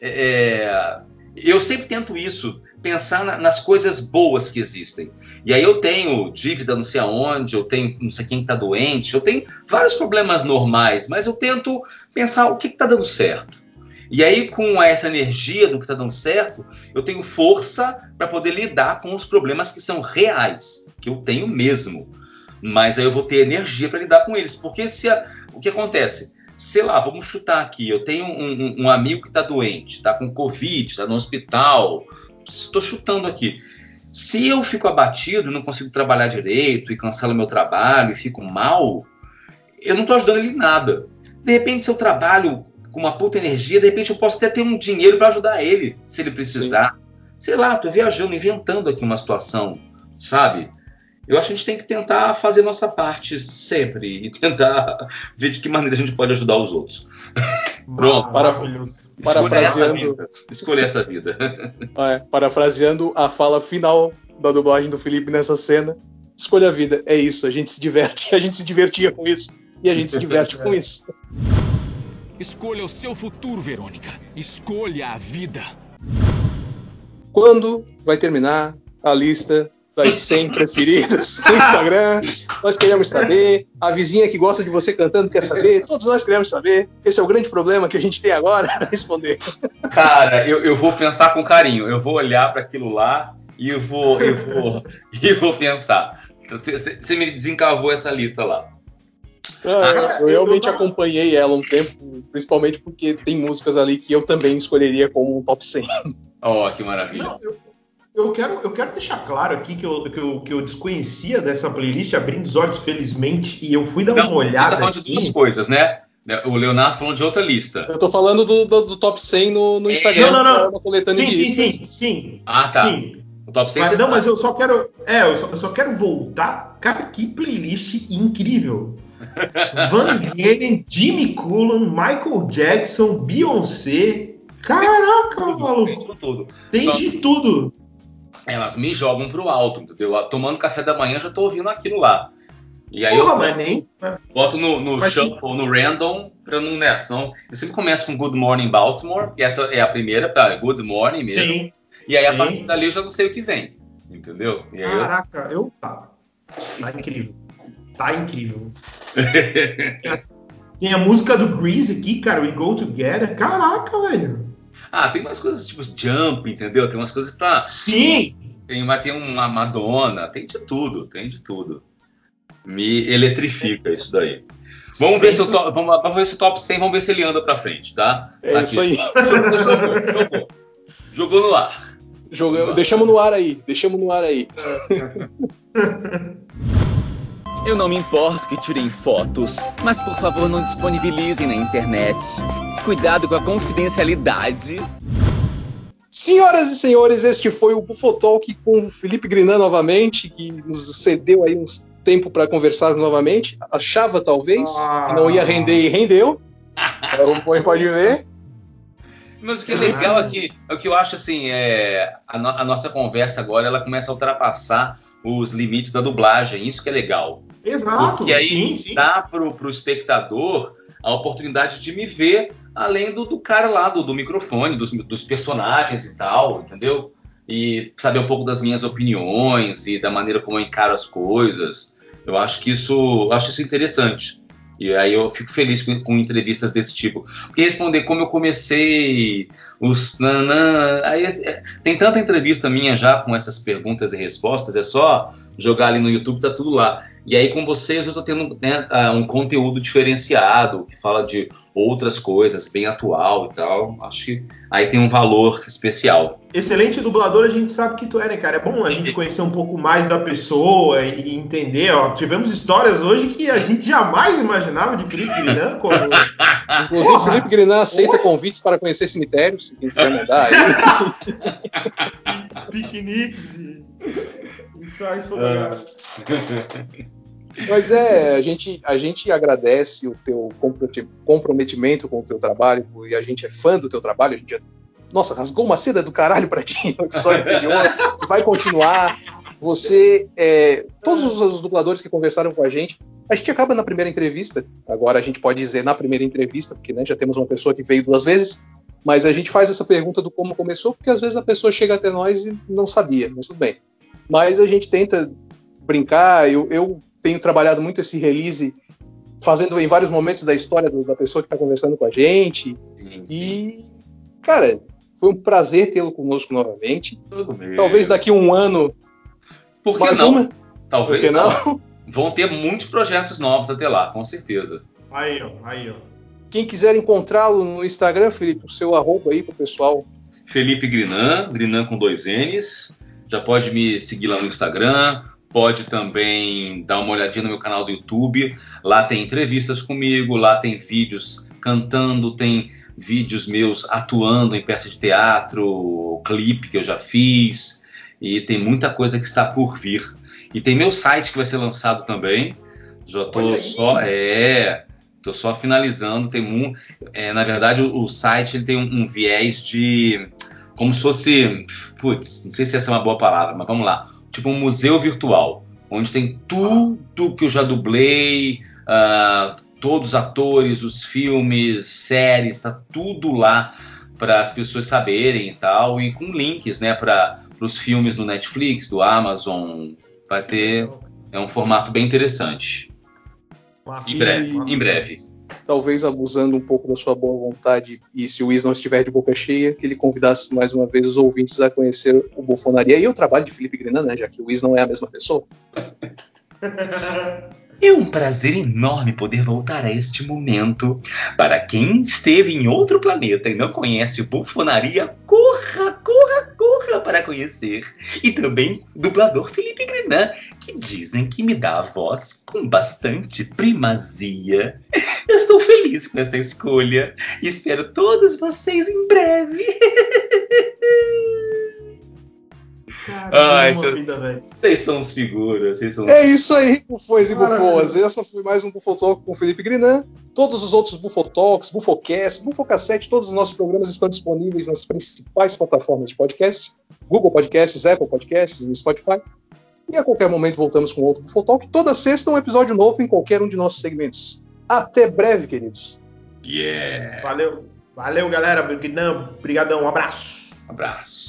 eu sempre tento isso, pensar nas coisas boas que existem. E aí eu tenho dívida não sei aonde, eu tenho não sei quem está doente, eu tenho vários problemas normais, mas eu tento pensar o que está dando certo. E aí com essa energia do que está dando certo, eu tenho força para poder lidar com os problemas que são reais, que eu tenho mesmo. Mas aí eu vou ter energia para lidar com eles, porque o que acontece? Sei lá, vamos chutar aqui, eu tenho um amigo que está doente, está com Covid, está no hospital, estou chutando aqui. Se eu fico abatido, não consigo trabalhar direito e cancelo meu trabalho e fico mal, eu não estou ajudando ele em nada. De repente, se eu trabalho com uma puta energia, de repente eu posso até ter um dinheiro para ajudar ele, se ele precisar. Sim. Sei lá, estou viajando, inventando aqui uma situação, sabe? Eu acho que a gente tem que tentar fazer nossa parte sempre e tentar ver de que maneira a gente pode ajudar os outros. Pronto. Escolher essa vida. Parafraseando a fala final da dublagem do Felipe nessa cena, escolha a vida, é isso, a gente se diverte, a gente se divertia com isso e a gente se diverte com isso. Escolha o seu futuro, Verônica. Escolha a vida. Quando vai terminar a lista das 100 preferidas no Instagram. Nós queremos saber. A vizinha que gosta de você cantando quer saber. Todos nós queremos saber. Esse é o grande problema que a gente tem agora para responder. Cara, eu vou pensar com carinho. Eu vou olhar para aquilo lá e eu vou pensar. Você me desencavou essa lista lá. Eu realmente acompanhei ela um tempo, principalmente porque tem músicas ali que eu também escolheria como um top 100. Oh, que maravilha. Não, eu quero deixar claro aqui que eu desconhecia dessa playlist, abrindo os olhos, felizmente, e eu fui dar uma olhada. Você tá falando de duas coisas, né? O Leonardo falou de outra lista. Eu tô falando do top 100 no Instagram. Não. Uma coletânea de listas. Sim. Ah, tá. Sim. O top 100 Mas eu só quero. Eu só quero voltar. Cara, que playlist incrível. Van Halen, Jimmy Cullen, Michael Jackson, Beyoncé. Caraca, maluco. Tem de tudo. Elas me jogam pro alto, entendeu? Tomando café da manhã, já tô ouvindo aquilo lá. E aí boto no shuffle, no random, pra não, né? Senão, eu sempre começo com Good Morning Baltimore, e essa é a primeira, pra Good Morning mesmo. Sim. E aí, a partir dali, eu já não sei o que vem, entendeu? E aí caraca, tá incrível. Tá incrível. Tem a música do Grease aqui, cara, We Go Together. Caraca, velho. Tem umas coisas tipo Jump, entendeu? Tem umas coisas pra... Sim! Tem uma Madonna, tem de tudo. Me eletrifica isso daí. Vamos ver se o top 100, vamos ver se ele anda pra frente, tá? É aqui. Isso aí. Jogou no ar. Deixamos no ar aí. Eu não me importo que tirem fotos, mas por favor não disponibilizem na internet. Cuidado com a confidencialidade. Senhoras e senhores, este foi o Bufotalk com o Felipe Grinan novamente, que nos cedeu aí uns tempo para conversar novamente. Achava talvez que não ia render e rendeu. Pode ver. Mas o que é legal aqui, é o que eu acho assim, a nossa conversa agora ela começa a ultrapassar os limites da dublagem. Isso que é legal. Exato. Porque aí sim. dá pro espectador a oportunidade de me ver além do cara lá, do microfone, dos personagens e tal, entendeu? E saber um pouco das minhas opiniões e da maneira como eu encaro as coisas. Eu acho isso interessante. E aí eu fico feliz com entrevistas desse tipo. Porque responder como eu comecei, tem tanta entrevista minha já com essas perguntas e respostas, é só jogar ali no YouTube, tá tudo lá. E aí com vocês eu estou tendo um conteúdo diferenciado, que fala de outras coisas, bem atual e tal. Acho que aí tem um valor especial. Excelente dublador, a gente sabe que tu é, né, cara? É bom a gente conhecer um pouco mais da pessoa e entender, ó. Tivemos histórias hoje que a gente jamais imaginava de Felipe Grinan. Inclusive, Felipe Grinan aceita convites para conhecer cemitérios, se quem quiser mandar aí. Piqueniques e ensaios fotográficos. Mas a gente agradece o teu comprometimento com o teu trabalho, e a gente é fã do teu trabalho, nossa, rasgou uma seda do caralho pra ti no episódio anterior, que vai continuar. Você, todos os dubladores que conversaram com a gente acaba na primeira entrevista, agora a gente pode dizer na primeira entrevista, porque já temos uma pessoa que veio 2 vezes, mas a gente faz essa pergunta do como começou, porque às vezes a pessoa chega até nós e não sabia, mas tudo bem. Mas a gente tenta brincar, eu tenho trabalhado muito esse release, fazendo em vários momentos da história da pessoa que está conversando com a gente. Sim. E, cara, foi um prazer tê-lo conosco novamente. Talvez daqui a um ano. Por que não? Talvez. Por que não? Vão ter muitos projetos novos até lá, com certeza. Aí, ó. Quem quiser encontrá-lo no Instagram, Felipe, o seu arroba aí pro pessoal. Felipe Grinan com 2 N's. Já pode me seguir lá no Instagram. Pode também dar uma olhadinha no meu canal do YouTube. Lá tem entrevistas comigo, lá tem vídeos cantando, tem vídeos meus atuando em peça de teatro, clipe que eu já fiz. E tem muita coisa que está por vir. E tem meu site que vai ser lançado também. Já tô só finalizando. Na verdade, o site ele tem um viés de... como se fosse... não sei se essa é uma boa palavra, mas vamos lá. Tipo um museu virtual, onde tem tudo que eu já dublei, todos os atores, os filmes, séries, tá tudo lá para as pessoas saberem e tal, e com links, né, para os filmes do Netflix, do Amazon. Vai ter. É um formato bem interessante. Em breve. Talvez abusando um pouco da sua boa vontade, e se o Wiz não estiver de boca cheia, que ele convidasse mais uma vez os ouvintes a conhecer o Bufonaria e o trabalho de Felipe Grinan, né? Já que o Wiz não é a mesma pessoa. É um prazer enorme poder voltar a este momento. Para quem esteve em outro planeta e não conhece o Bufonaria, corra para conhecer. E também o dublador Felipe Grinan, que dizem que me dá a voz com bastante primazia. Eu estou feliz com essa escolha e espero todos vocês em breve. Vocês são uns figuras. É isso aí, bufões e bufoas. Essa foi mais um Bufotalk com o Felipe Grinan. Todos os outros Bufotalks, Bufocast, Bufocassete, todos os nossos programas estão disponíveis nas principais plataformas de podcast: Google Podcasts, Apple Podcasts e Spotify. E a qualquer momento voltamos com outro Bufotalk. Toda sexta um episódio novo em qualquer um de nossos segmentos. Até breve, queridos. Yeah. Valeu, galera. Obrigadão. Um abraço. Um abraço.